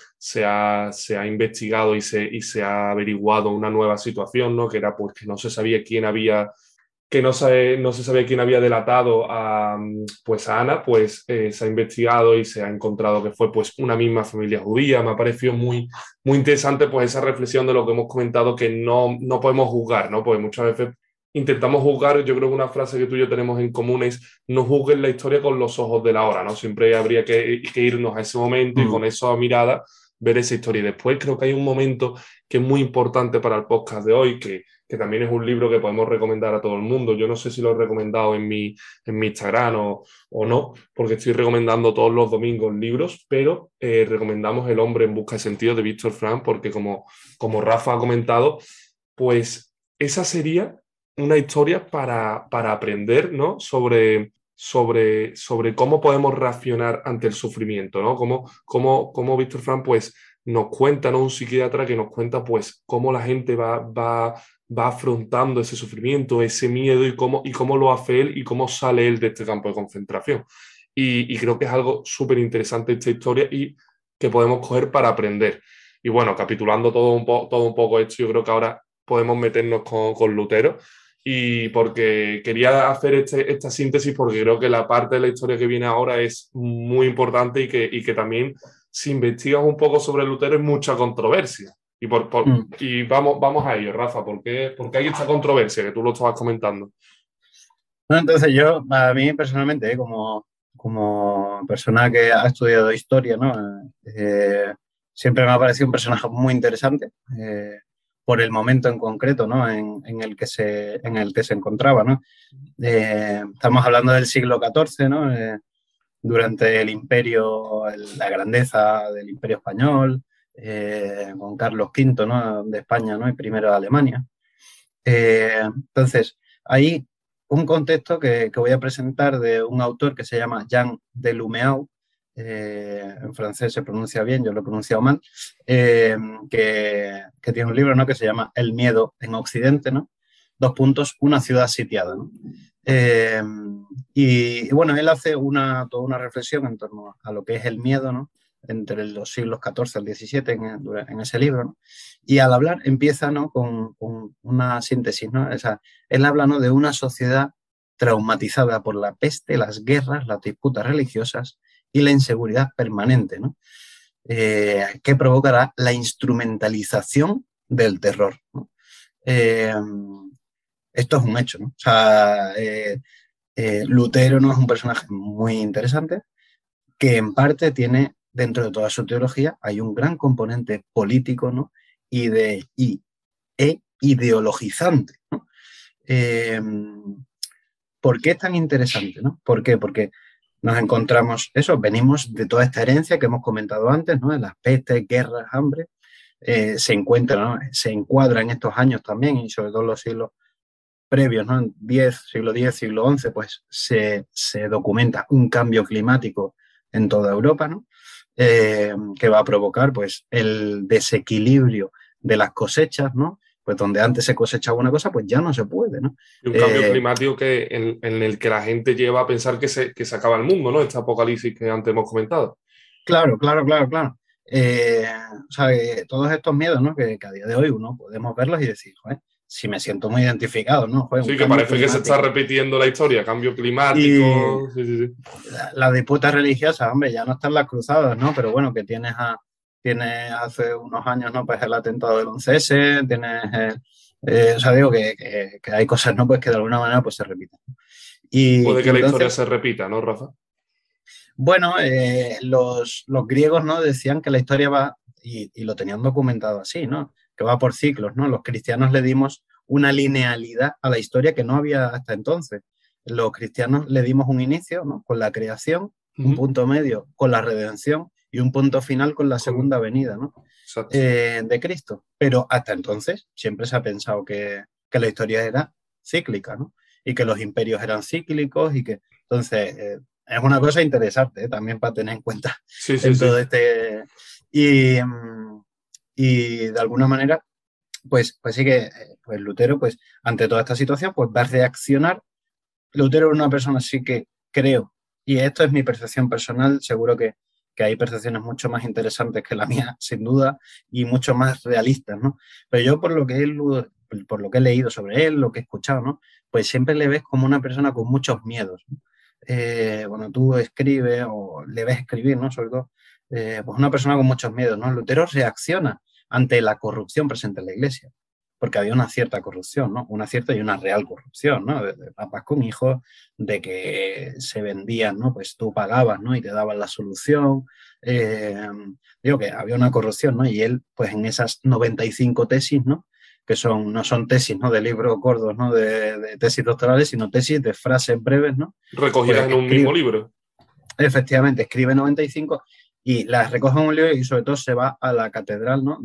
se ha investigado y se ha averiguado una nueva situación, ¿no? Que era pues que no se sabía quién había que no se sabía quién había delatado pues a Ana, pues se ha investigado y se ha encontrado que fue pues una misma familia judía. Me ha parecido muy interesante pues esa reflexión de lo que hemos comentado, que no podemos juzgar, ¿no? Porque muchas veces intentamos juzgar. Yo creo que una frase que tú y yo tenemos en común es: no juzguen la historia con los ojos de la hora, ¿no? Siempre habría que irnos a ese momento y mm, con esa mirada ver esa historia. Y después creo que hay un momento que es muy importante para el podcast de hoy, que también es un libro que podemos recomendar a todo el mundo. Yo no sé si lo he recomendado en mi Instagram o no, porque estoy recomendando todos los domingos libros, pero recomendamos El hombre en busca de sentido de Víctor Frank, porque como Rafa ha comentado, pues esa sería una historia para aprender, ¿no? Sobre cómo podemos reaccionar ante el sufrimiento, ¿no? Cómo Víctor Frank, pues, nos cuenta, ¿no? Un psiquiatra que nos cuenta, pues, cómo la gente va afrontando ese sufrimiento, ese miedo y cómo lo hace él y cómo sale él de este campo de concentración. Y creo que es algo súper interesante esta historia y que podemos coger para aprender. Y bueno, capitulando todo un poco esto, yo creo que ahora podemos meternos con Lutero. Y porque quería hacer esta síntesis porque creo que la parte de la historia que viene ahora es muy importante y que también si investigas un poco sobre Lutero hay mucha controversia. Y vamos a ello, Rafa, ¿por qué hay esta controversia que tú lo estabas comentando? Bueno, entonces yo, a mí personalmente, como persona que ha estudiado historia, ¿no? Siempre me ha parecido un personaje muy interesante por el momento en concreto, ¿no? En el que se encontraba, ¿no? Estamos hablando del siglo XIV, ¿no? Durante el imperio, la grandeza del imperio español, con Carlos V, ¿no? De España, ¿no? Y primero de Alemania. Entonces, hay un contexto que voy a presentar de un autor que se llama Jean Delumeau, en francés se pronuncia bien, yo lo he pronunciado mal, que tiene un libro, ¿no? Que se llama El miedo en Occidente, ¿no? Dos puntos, una ciudad sitiada, ¿no? Eh, y bueno, él hace toda una reflexión en torno a lo que es el miedo, ¿no? Entre los siglos XIV al XVII en ese libro, ¿no? Y al hablar empieza, ¿no? con una síntesis, ¿no? O sea, él habla, ¿no? De una sociedad traumatizada por la peste, las guerras, las disputas religiosas y la inseguridad permanente, ¿no? Que provocará la instrumentalización del terror, ¿no? Eh, Esto es un hecho, ¿no? O sea, Lutero, ¿no? Es un personaje muy interesante que en parte tiene, dentro de toda su teología, hay un gran componente político, ¿no? E ideologizante, ¿no? Eh, ¿Por qué es tan interesante, ¿no? ¿Por qué? Porque nos encontramos, eso, venimos de toda esta herencia que hemos comentado antes, ¿no? De las pestes, guerras, hambre, se encuentra, ¿no? Se encuadra en estos años también y sobre todo en los siglos previos, ¿no? En siglo X, siglo XI, pues se documenta un cambio climático en toda Europa, ¿no? Que va a provocar, pues, el desequilibrio de las cosechas, ¿no? Pues donde antes se cosechaba una cosa, pues ya no se puede, ¿no? Y un cambio climático en el que la gente lleva a pensar que se acaba el mundo, ¿no? Este apocalipsis que antes hemos comentado. Claro, claro, claro, claro. O sea, todos estos miedos, ¿no? Que a día de hoy uno podemos verlos y decir, joder, si me siento muy identificado, ¿no? Joder, un Sí, que cambio parece que se está climático. repitiendo la historia, cambio Y climático. Sí, sí, sí. la disputa religiosa, hombre, ya no están las cruzadas, ¿no? Pero bueno, que tienes hace unos años, ¿no? Pues el atentado del 11S, o sea, digo que hay cosas, ¿no? Pues que de alguna manera pues se repiten. Puede Y que la historia entonces, se repita, ¿no, Rafa? bueno, los griegos, ¿no? Decían que la historia va, y lo tenían documentado así, ¿no? Que va por ciclos, ¿no? Los cristianos le dimos una linealidad a la historia que no había hasta entonces. Los cristianos le dimos un inicio, ¿no? Con la creación, un punto medio con la redención y un punto final con la segunda venida, ¿no? Exacto. De Cristo. Pero hasta entonces siempre se ha pensado que la historia era cíclica, ¿no? Y que los imperios eran cíclicos y que entonces es una cosa interesante también para tener en cuenta Sí, sí, en todo sí. este... Y, y de alguna manera, pues sí que pues Lutero, pues ante toda esta situación, pues va a reaccionar. Lutero es una persona así que creo, y esto es mi percepción personal, seguro que hay percepciones mucho más interesantes que la mía, sin duda, y mucho más realistas, ¿no? Pero yo por lo que he leído sobre él, lo que he escuchado, ¿no? Pues siempre le ves como una persona con muchos miedos, ¿no? Bueno, tú escribes o le ves escribir, ¿no? Sobre todo, pues una persona con muchos miedos, ¿no? Lutero reacciona ante la corrupción presente en la iglesia, porque había una cierta corrupción, ¿no? Una cierta y una real corrupción, ¿no? De papas con hijos, de que se vendían, ¿no? Pues tú pagabas, ¿no? Y te daban la solución. Digo que había una corrupción, ¿no? Y él, pues en esas 95 tesis, ¿no? Que no son tesis, ¿no? De libros gordos, ¿no? De tesis doctorales, sino tesis de frases breves, ¿no? Recogidas Pues en un mismo escribe, libro. efectivamente, escribe 95 y las recoge en un libro y sobre todo se va a la catedral, ¿no?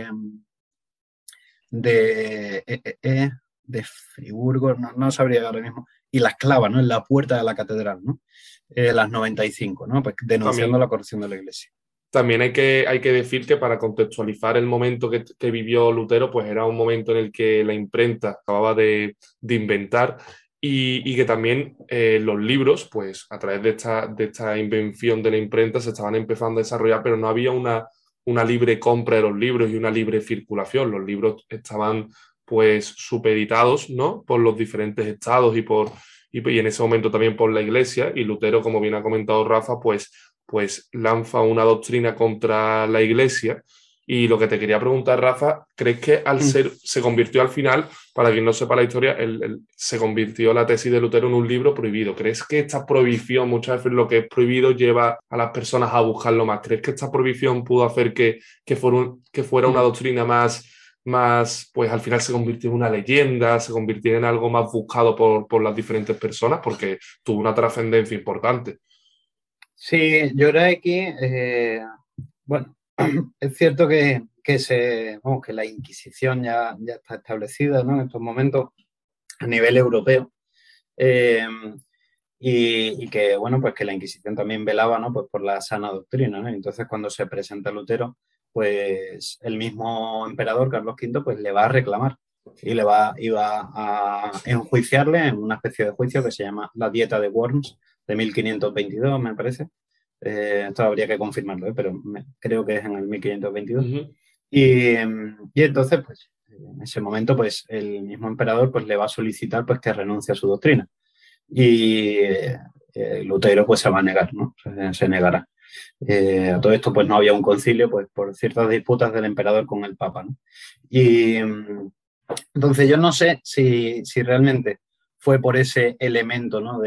De, de Friburgo, no sabría ahora mismo, y las clava, ¿no? En la puerta de la catedral, ¿no? Las 95, ¿no? Pues denunciando la También, corrupción de la iglesia. también hay que decir que para contextualizar el momento que vivió Lutero, pues era un momento en el que la imprenta acababa de inventar y que también los libros, pues a través de esta invención de la imprenta se estaban empezando a desarrollar, pero no había una libre compra de los libros y una libre circulación. Los libros estaban pues supeditados, ¿no? Por los diferentes estados y en ese momento también por la iglesia y Lutero, como bien ha comentado Rafa, pues pues lanza una doctrina contra la Iglesia. Y lo que te quería preguntar, Rafa, ¿crees que se convirtió al final, para quien no sepa la historia, se convirtió la tesis de Lutero en un libro prohibido? ¿Crees que esta prohibición, muchas veces lo que es prohibido lleva a las personas a buscarlo más? ¿Crees que esta prohibición pudo hacer que fuera una doctrina más, pues al final se convirtió en una leyenda, se convirtió en algo más buscado por las diferentes personas, porque tuvo una trascendencia importante? Sí, yo creo que bueno, es cierto que la Inquisición ya está establecida, ¿no? En estos momentos a nivel europeo. Eh, y que, bueno, pues que la Inquisición también velaba, ¿no? Pues por la sana doctrina, ¿no? Entonces, cuando se presenta Lutero, pues el mismo emperador, Carlos V, pues le va a reclamar y va a enjuiciarle en una especie de juicio que se llama la Dieta de Worms, de 1522, me parece. Esto habría que confirmarlo, pero creo que es en el 1522. Uh-huh. Y entonces, pues, en ese momento, pues, el mismo emperador pues, le va a solicitar pues, que renuncie a su doctrina. Y Lutero pues se va a negar, ¿no? Se negará. A todo esto pues no había un concilio pues por ciertas disputas del emperador con el papa, ¿no? Y entonces yo no sé si realmente fue por ese elemento, ¿no?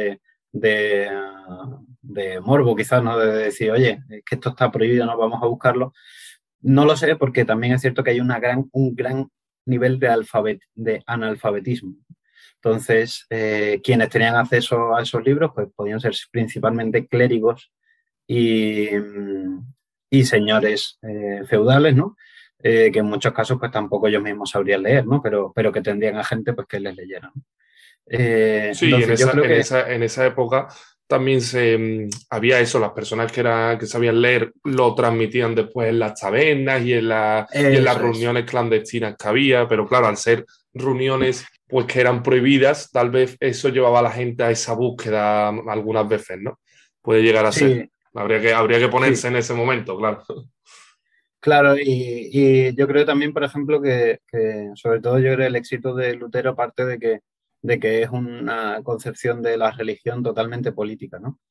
De morbo quizás, ¿no? De decir, oye, es que esto está prohibido, no vamos a buscarlo. No lo sé porque también es cierto que hay un gran nivel de analfabetismo. Entonces, quienes tenían acceso a esos libros pues podían ser principalmente clérigos y, y señores feudales, ¿no? Que en muchos casos pues tampoco ellos mismos sabrían leer, ¿no? Pero que tendrían a gente pues que les leyera, ¿no? Sí, Entonces yo creo que... en esa época también había eso, las personas que sabían leer lo transmitían después en las tabernas y en las Eso es. reuniones clandestinas que había, pero claro, al ser reuniones pues que eran prohibidas, tal vez eso llevaba a la gente a esa búsqueda algunas veces, ¿no? Puede llegar a ser. Sí, Habría que sí. ponerse en ese momento, claro. Claro, y yo creo también, por ejemplo, que sobre todo yo creo el éxito de Lutero parte de que es una concepción de la religión totalmente política, ¿no?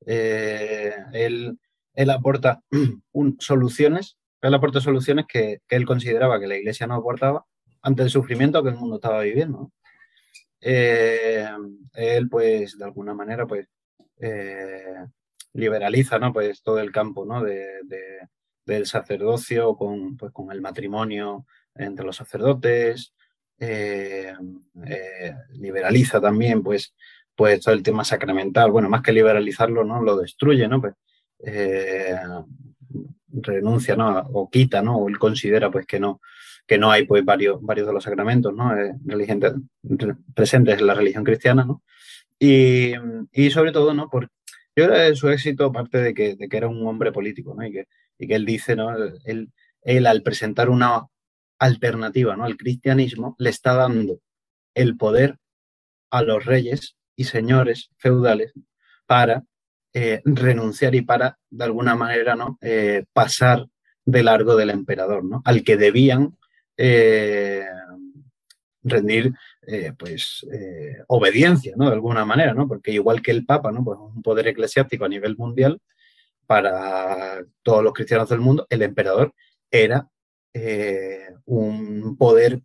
Él aporta soluciones, él aporta soluciones que él consideraba que la Iglesia no aportaba ante el sufrimiento que el mundo estaba viviendo, ¿no? Eh, Él, pues, de alguna manera, pues, eh, liberaliza, ¿no? Pues todo el campo, ¿no? Del sacerdocio pues, con el matrimonio entre los sacerdotes, liberaliza también, pues todo el tema sacramental, bueno, más que liberalizarlo, ¿no? Lo destruye, ¿no? Pues, eh, renuncia, ¿no? O quita, ¿no? O él considera, pues, que no hay, pues, varios de los sacramentos, ¿no? Presentes en la religión cristiana, ¿no? Y sobre todo, ¿no? Yo creo que su éxito parte de que era un hombre político, ¿no? Y que él dice, ¿no? Él al presentar una alternativa, ¿no? Al cristianismo, le está dando el poder a los reyes y señores feudales para renunciar y para, de alguna manera, ¿no? Pasar de largo del emperador, ¿no? Al que debían eh, rendir obediencia, ¿no? De alguna manera, ¿no? Porque igual que el Papa, ¿no? Pues un poder eclesiástico a nivel mundial para todos los cristianos del mundo, el emperador era un poder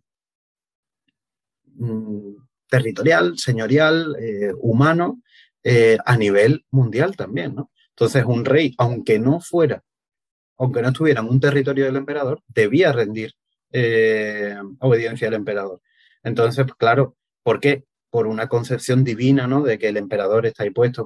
territorial, señorial, humano, a nivel mundial también, ¿no? Entonces, un rey, aunque no estuviera en un territorio del emperador, debía rendir obediencia al emperador. Entonces, pues, claro, ¿por qué? Por una concepción divina, ¿no? De que el emperador está ahí puesto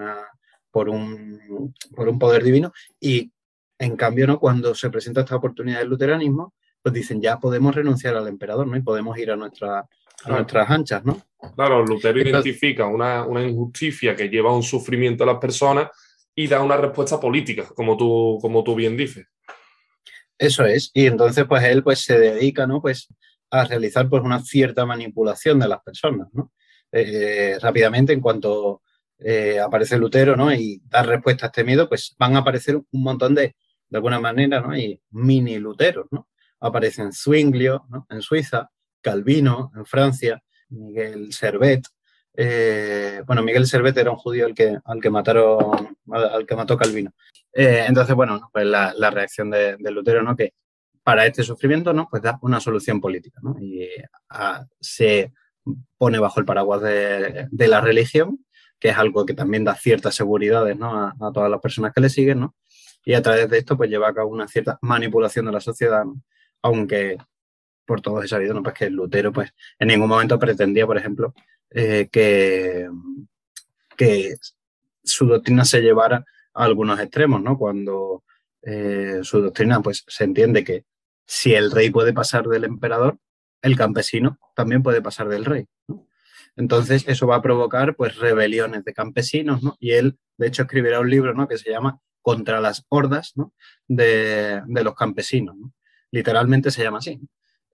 por un poder divino. Y en cambio, ¿no? Cuando se presenta esta oportunidad del luteranismo, pues dicen, ya podemos renunciar al emperador, ¿no? Y podemos ir a Claro. nuestras anchas, ¿no? Claro, Lutero Entonces, identifica una injusticia que lleva a un sufrimiento a las personas y da una respuesta política, como tú bien dices. eso es. Y entonces, pues él pues se dedica, ¿no? Pues a realizar pues una cierta manipulación de las personas, ¿no? Rápidamente, en cuanto aparece Lutero, ¿no? Y da respuesta a este miedo, pues van a aparecer un montón de alguna manera, ¿no? Y mini Luteros, ¿no? Aparecen Zwinglio, ¿no? En Suiza, Calvino en Francia, Miguel Servet, Bueno, Miguel Servet era un judío al que mataron, al que mató Calvino. Entonces, bueno, pues la reacción de Lutero, ¿no? Que para este sufrimiento, ¿no? Pues da una solución política, ¿no? Y se pone bajo el paraguas de la religión, que es algo que también da ciertas seguridades, ¿no? A todas las personas que le siguen, ¿no? Y a través de esto, pues lleva a cabo una cierta manipulación de la sociedad, ¿no? Aunque por todos he sabido, ¿no? Pues que Lutero, pues en ningún momento pretendía, por ejemplo, eh, que, que su doctrina se llevara a algunos extremos, ¿no? Cuando su doctrina, pues se entiende que si el rey puede pasar del emperador, el campesino también puede pasar del rey, ¿no? Entonces eso va a provocar, pues, rebeliones de campesinos, ¿no? Y él, de hecho, escribirá un libro, ¿no? Que se llama Contra las hordas, ¿no? de los campesinos, ¿no? Literalmente se llama así,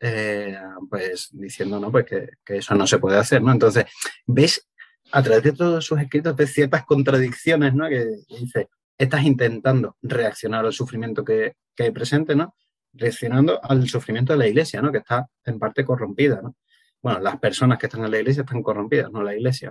pues diciendo, ¿no? Pues que eso no se puede hacer, ¿no? Entonces, ves a través de todos sus escritos ves ciertas contradicciones, ¿no? Que dice, estás intentando reaccionar al sufrimiento que hay presente, ¿no? Reaccionando al sufrimiento de la iglesia, ¿no? Que está en parte corrompida, ¿no? Bueno, las personas que están en la iglesia están corrompidas, no la iglesia.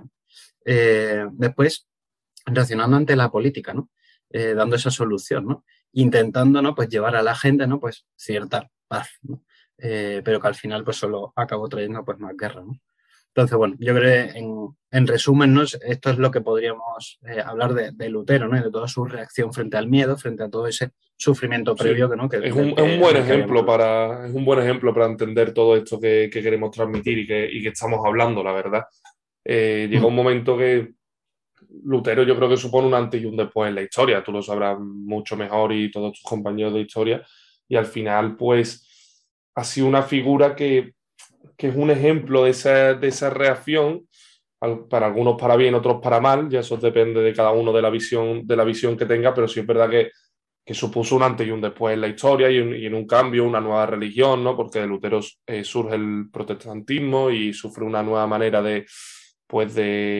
Después, reaccionando ante la política, ¿no? Dando esa solución, ¿no? Intentando, ¿no? Pues llevar a la gente, ¿no? Pues cierta paz, ¿no? Pero que al final pues solo acabó trayendo pues más guerra, ¿no? Entonces, bueno, yo creo que en resumen, ¿no? Esto es lo que podríamos hablar de Lutero, ¿no? Y de toda su reacción frente al miedo, frente a todo ese sufrimiento Sí, previo, ¿no? es un buen del que habíamos ejemplo hablado. es un buen ejemplo para entender todo esto que queremos transmitir y que estamos hablando, la verdad. Llega Mm, un momento que Lutero yo creo que supone un antes y un después en la historia, tú lo sabrás mucho mejor y todos tus compañeros de historia, y al final pues ha sido una figura que es un ejemplo de esa reacción, para algunos para bien, otros para mal, ya eso depende de cada uno de la visión que tenga, pero sí es verdad que supuso un antes y un después en la historia y en un cambio, una nueva religión, ¿no? Porque de Lutero surge el protestantismo y sufre una nueva manera de, pues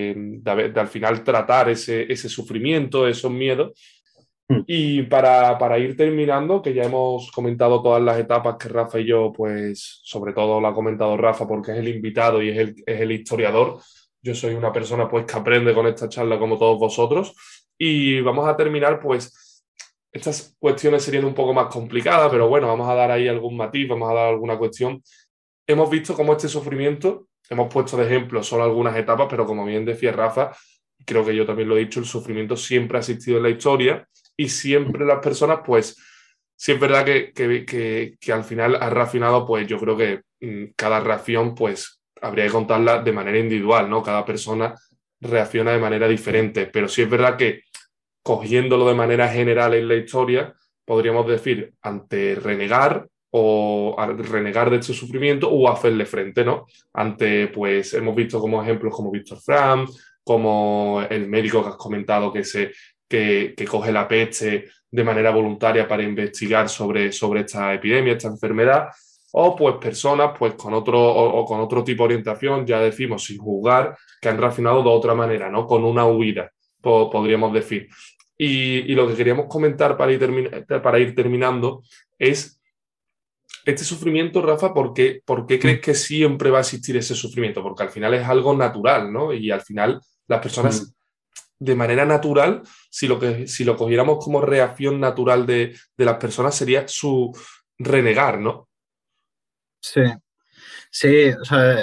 de al final tratar ese sufrimiento, esos miedos. mm, Y para ir terminando, que ya hemos comentado todas las etapas que Rafa y yo, pues sobre todo lo ha comentado Rafa porque es el invitado y es el historiador. Yo soy una persona pues que aprende con esta charla como todos vosotros. Y vamos a terminar pues estas cuestiones serían un poco más complicadas, pero bueno, vamos a dar ahí algún matiz, vamos a dar alguna cuestión. Hemos visto cómo este sufrimiento, hemos puesto de ejemplo solo algunas etapas, pero como bien decía Rafa, creo que yo también lo he dicho, el sufrimiento siempre ha existido en la historia y mm, siempre las personas, pues, sí es verdad que al final ha reaccionado, pues yo creo que cada reacción, pues, habría que contarla de manera individual, ¿no? Cada persona reacciona de manera diferente, pero sí es verdad que cogiéndolo de manera general en la historia, podríamos decir ante renegar o renegar de este sufrimiento o hacerle frente, ¿no? Ante, pues, hemos visto como ejemplos como Víctor Frank, como el médico que has comentado que coge la peste de manera voluntaria para investigar sobre esta epidemia, esta enfermedad, o pues personas pues o con otro tipo de orientación, ya decimos sin juzgar, que han reaccionado de otra manera, ¿no? Con una huida, podríamos decir. Y lo que queríamos comentar para ir terminando es este sufrimiento, Rafa, por qué mm, crees que siempre va a existir ese sufrimiento? Porque al final es algo natural, ¿no? Y al final las mm. personas de manera natural, si lo cogiéramos como reacción natural de las personas, sería su renegar, ¿no? Sí, sí, o sea,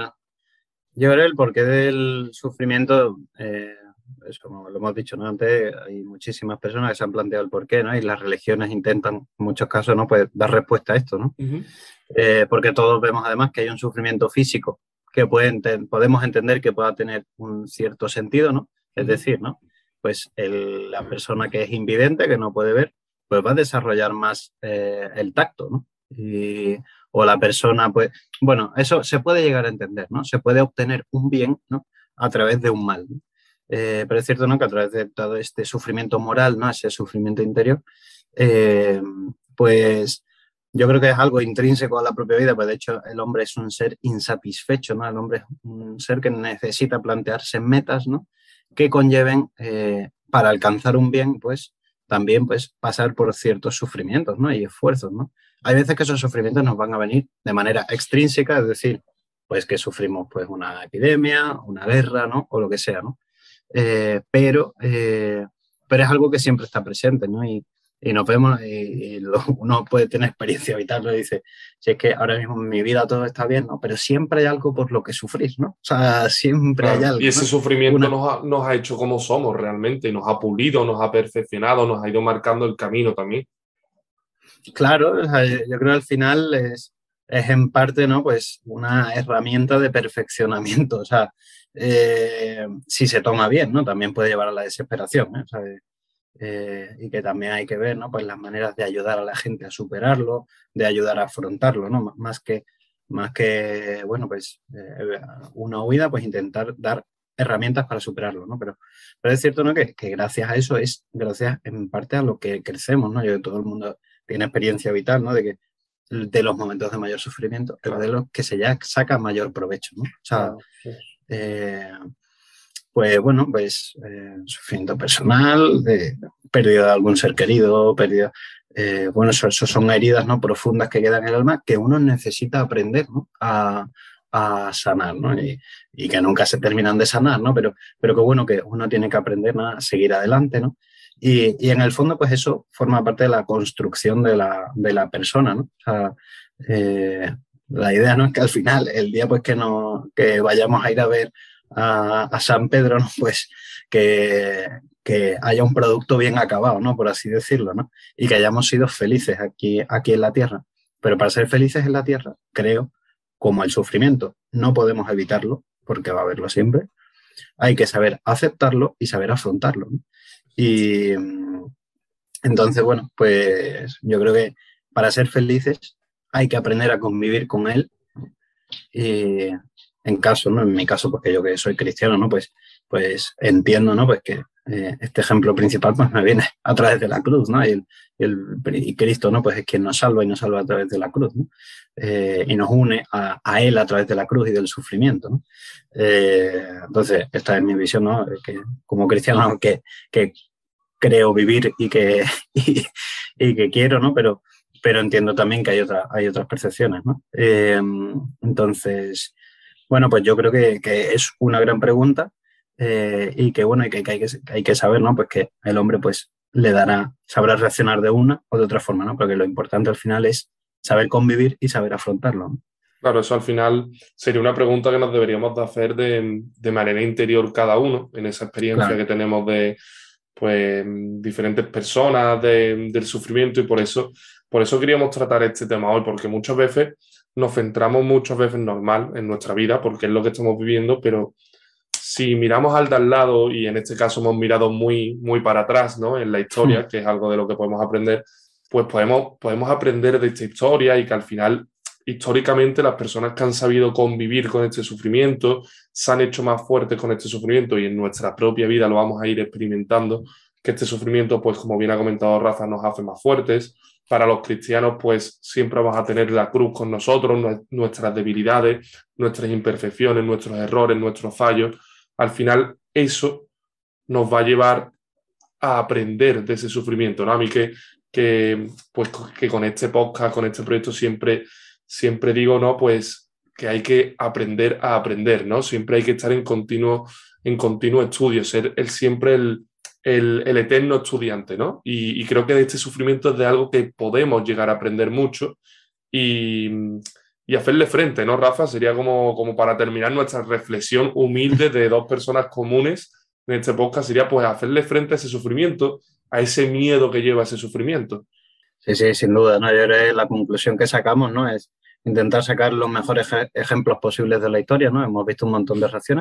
yo creo el porqué del sufrimiento, es como lo hemos dicho, ¿no? Antes, hay muchísimas personas que se han planteado el porqué, ¿no? Y las religiones intentan, en muchos casos, ¿no? Pues dar respuesta a esto, ¿no? Ujú, Porque todos vemos además que hay un sufrimiento físico que podemos entender que pueda tener un cierto sentido, ¿no? Es ujú. decir, ¿no? Pues la persona que es invidente, que no puede ver, pues va a desarrollar más el tacto, ¿no? O la persona, pues, bueno, eso se puede llegar a entender, ¿no? Se puede obtener un bien, ¿no? A través de un mal, ¿no? Pero es cierto, ¿no? Que a través de todo este sufrimiento moral, ¿no? Ese sufrimiento interior, eh, pues yo creo que es algo intrínseco a la propia vida, pues de hecho el hombre es un ser insatisfecho, ¿no? El hombre es un ser que necesita plantearse metas, ¿no? Que conlleven, para alcanzar un bien, pues también pues pasar por ciertos sufrimientos, ¿no? Y esfuerzos, ¿no? Hay veces que esos sufrimientos nos van a venir de manera extrínseca, es decir, pues que sufrimos pues una epidemia, una guerra, ¿no? O lo que sea, ¿no? Pero es algo que siempre está presente, ¿no? Y nos vemos uno puede tener experiencia vital, ¿no? Y dice, si es que ahora mismo en mi vida todo está bien, ¿no? Pero siempre hay algo por lo que sufrir, ¿no? O sea, siempre hay Claro. Y algo, ese ¿no? sufrimiento Una, nos ha hecho como somos realmente, nos ha pulido, nos ha perfeccionado, nos ha ido marcando el camino también. claro, o sea, yo creo que al final es en parte, ¿no? Pues una herramienta de perfeccionamiento, o sea, si se toma bien, ¿no? También puede llevar a la desesperación, ¿eh? O sea, y que también hay que ver, ¿no? Pues las maneras de ayudar a la gente a superarlo, de ayudar a afrontarlo, ¿no? Más que bueno, pues una huida, pues intentar dar herramientas para superarlo, ¿no? Pero es cierto, ¿no? Que gracias a eso es gracias en parte a lo que crecemos, ¿no? Yo creo que todo el mundo tiene experiencia vital, ¿no? De que de los momentos de mayor sufrimiento es de Claro, los que se ya saca mayor provecho, ¿no? O sea, claro, sí. eh, pues bueno, pues sufrimiento personal, pérdida de algún ser querido, pérdida, bueno, eso son heridas, ¿no? Profundas que quedan en el alma que uno necesita aprender, ¿no? A sanar, ¿no? Y que nunca se terminan de sanar, ¿no? Pero que bueno, que uno tiene que aprender, ¿no? A seguir adelante, ¿no? Y en el fondo, pues eso forma parte de la construcción de la persona, ¿no? O sea, la idea no es que al final, el día pues que vayamos a ir a ver a San Pedro, ¿no? Pues que haya un producto bien acabado, ¿no? Por así decirlo, ¿no? Y que hayamos sido felices aquí en la Tierra. Pero para ser felices en la Tierra, creo, como el sufrimiento, no podemos evitarlo, porque va a haberlo siempre, hay que saber aceptarlo y saber afrontarlo, ¿no? Y entonces, bueno, pues yo creo que para ser felices hay que aprender a convivir con él y en caso, ¿no? En mi caso, porque yo que soy cristiano, ¿no? Pues entiendo, ¿no? Pues que este ejemplo principal pues me viene a través de la cruz, ¿no? Y Cristo, ¿no? Pues es quien nos salva y nos salva a través de la cruz, ¿no? Y nos une a Él a través de la cruz y del sufrimiento, ¿no? Entonces, esta es mi visión, ¿no? Que como cristiano que creo vivir y que quiero, ¿no? Pero entiendo también que hay otras percepciones, ¿no? Entonces, bueno, pues yo creo que es una gran pregunta y que, bueno, y que hay que saber, ¿no? Pues que el hombre, pues, sabrá reaccionar de una o de otra forma, ¿no? Porque lo importante al final es saber convivir y saber afrontarlo, ¿no? Claro, eso al final sería una pregunta que nos deberíamos de hacer de manera interior cada uno, en esa experiencia Claro. que tenemos de pues, diferentes personas, del sufrimiento, y por eso queríamos tratar este tema hoy, porque muchas veces nos centramos muchas veces normal en nuestra vida, porque es lo que estamos viviendo, pero si miramos al de al lado, y en este caso hemos mirado muy, muy para atrás, ¿no? En la historia, que es algo de lo que podemos aprender, pues podemos aprender de esta historia y que al final, históricamente, las personas que han sabido convivir con este sufrimiento se han hecho más fuertes con este sufrimiento y en nuestra propia vida lo vamos a ir experimentando, que este sufrimiento, pues como bien ha comentado Rafa, nos hace más fuertes. Para los cristianos, pues siempre vamos a tener la cruz con nosotros, nuestras debilidades, nuestras imperfecciones, nuestros errores, nuestros fallos. Al final eso nos va a llevar a aprender de ese sufrimiento, ¿no? A mí pues, que con este podcast, con este proyecto siempre digo, ¿no? Pues que hay que aprender a aprender, ¿no? Siempre hay que estar en continuo estudio, ser siempre el eterno estudiante, ¿no? Y creo que de este sufrimiento es de algo que podemos llegar a aprender mucho y, y hacerle frente, ¿no, Rafa? Sería como para terminar nuestra reflexión humilde de dos personas comunes en este podcast, sería pues hacerle frente a ese sufrimiento, a ese miedo que lleva ese sufrimiento. Sí, sí, sin duda, ¿no? Yo creo que la conclusión que sacamos, ¿no? Es intentar sacar los mejores ejemplos posibles de la historia, ¿no? Hemos visto un montón de reacciones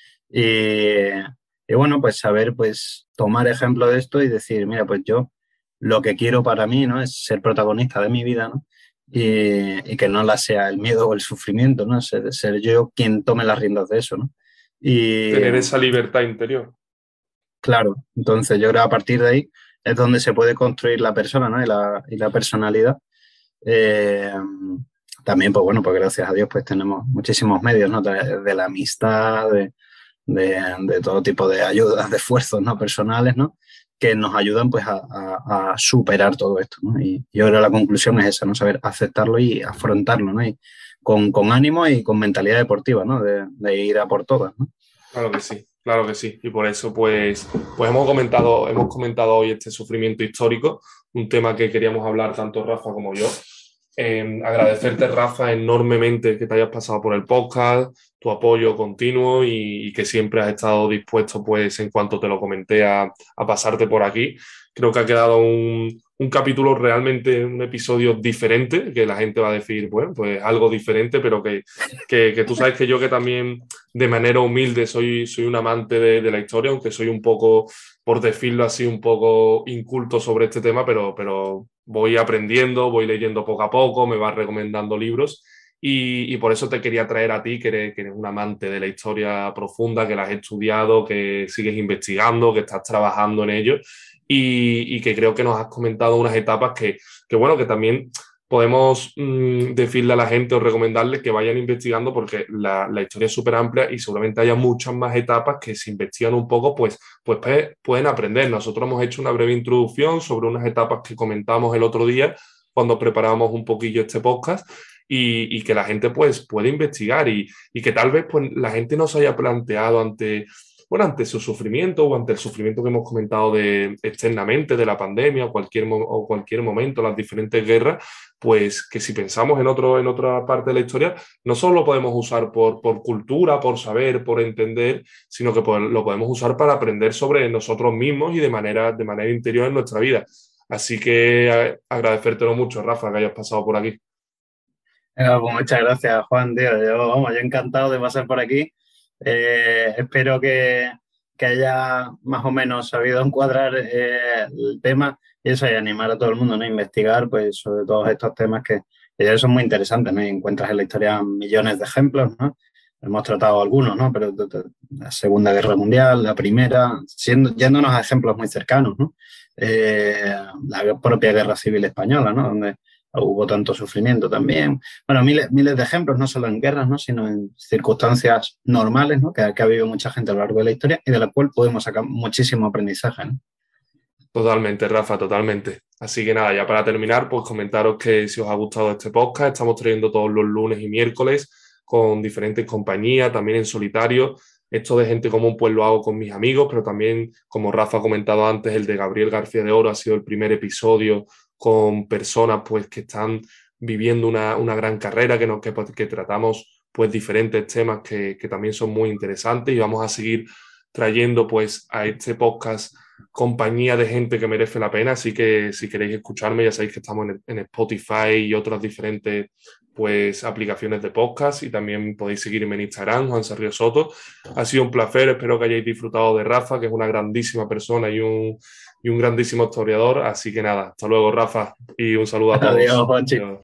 y, y bueno, pues saber, pues tomar ejemplo de esto y decir, mira, pues yo lo que quiero para mí, ¿no? Es ser protagonista de mi vida, ¿no? Y que no la sea el miedo o el sufrimiento, ¿no? Ser yo quien tome las riendas de eso, ¿no? Y Tener esa libertad interior. claro, entonces yo creo que a partir de ahí es donde se puede construir la persona, ¿no? Y la personalidad. Eh, También, pues bueno, pues gracias a Dios, pues tenemos muchísimos medios, ¿no? De la amistad, de todo tipo de ayudas, de esfuerzos, ¿no? Personales, ¿no? que nos ayudan pues a superar todo esto, ¿no? Y yo creo que la conclusión es esa, ¿no? Saber aceptarlo y afrontarlo, ¿no? Y con ánimo y con mentalidad deportiva, ¿no? De ir a por todas, ¿no? Claro que sí, claro que sí. Y por eso, pues hemos comentado hoy este sufrimiento histórico, un tema que queríamos hablar tanto Rafa como yo. Agradecerte, Rafa, enormemente que te hayas pasado por el podcast, tu apoyo continuo y que siempre has estado dispuesto, pues, en cuanto te lo comenté, a pasarte por aquí. Creo que ha quedado un capítulo realmente, un episodio diferente, que la gente va a decir, bueno, pues algo diferente, pero que tú sabes que yo que también de manera humilde soy un amante de la historia, aunque soy un poco, por decirlo así, un poco inculto sobre este tema, pero voy aprendiendo, voy leyendo poco a poco, me vas recomendando libros y por eso te quería traer a ti, que eres un amante de la historia profunda, que la has estudiado, que sigues investigando, que estás trabajando en ello y que creo que nos has comentado unas etapas bueno, que también podemos decirle a la gente o recomendarles que vayan investigando porque la historia es súper amplia y seguramente haya muchas más etapas que si investigan un poco, pueden aprender. Nosotros hemos hecho una breve introducción sobre unas etapas que comentamos el otro día cuando preparábamos un poquillo este podcast y que la gente pues puede investigar y que tal vez pues la gente no se haya planteado ante su sufrimiento o ante el sufrimiento que hemos comentado externamente de la pandemia o cualquier momento, las diferentes guerras, pues que si pensamos en otra parte de la historia, no solo lo podemos usar por cultura, por saber, por entender, sino que lo podemos usar para aprender sobre nosotros mismos y de manera interior en nuestra vida. Así que agradecértelo mucho, Rafa, que hayas pasado por aquí. Pues muchas gracias, Juan, tío. Yo encantado de pasar por aquí. Espero que haya más o menos sabido encuadrar el tema y eso, y animar a todo el mundo, ¿no? A investigar pues, sobre todos estos temas que ya son muy interesantes, ¿no? Y encuentras en la historia millones de ejemplos, ¿no? Hemos tratado algunos, ¿no? Pero la Segunda Guerra Mundial, la Primera, yéndonos a ejemplos muy cercanos, ¿no? La propia Guerra Civil Española, ¿no? Donde hubo tanto sufrimiento también. Bueno, miles de ejemplos, no solo en guerras, ¿no? Sino en circunstancias normales, ¿no? Que ha vivido mucha gente a lo largo de la historia y de la cual podemos sacar muchísimo aprendizaje, ¿no? Totalmente, Rafa, totalmente. Así que nada, ya para terminar, pues comentaros que si os ha gustado este podcast, estamos trayendo todos los lunes y miércoles con diferentes compañías, también en solitario. Esto de gente común, pues lo hago con mis amigos, pero también, como Rafa ha comentado antes, el de Gabriel García de Oro ha sido el primer episodio con personas pues que están viviendo una gran carrera, que tratamos pues diferentes temas que también son muy interesantes y vamos a seguir trayendo pues a este podcast compañía de gente que merece la pena, así que si queréis escucharme ya sabéis que estamos en Spotify y otras diferentes pues aplicaciones de podcast y también podéis seguirme en Instagram, Juan Sarrio Soto. Ha sido un placer, espero que hayáis disfrutado de Rafa, que es una grandísima persona y un grandísimo historiador, así que nada, hasta luego Rafa y un saludo a Adiós, todos. Juanchi. Adiós.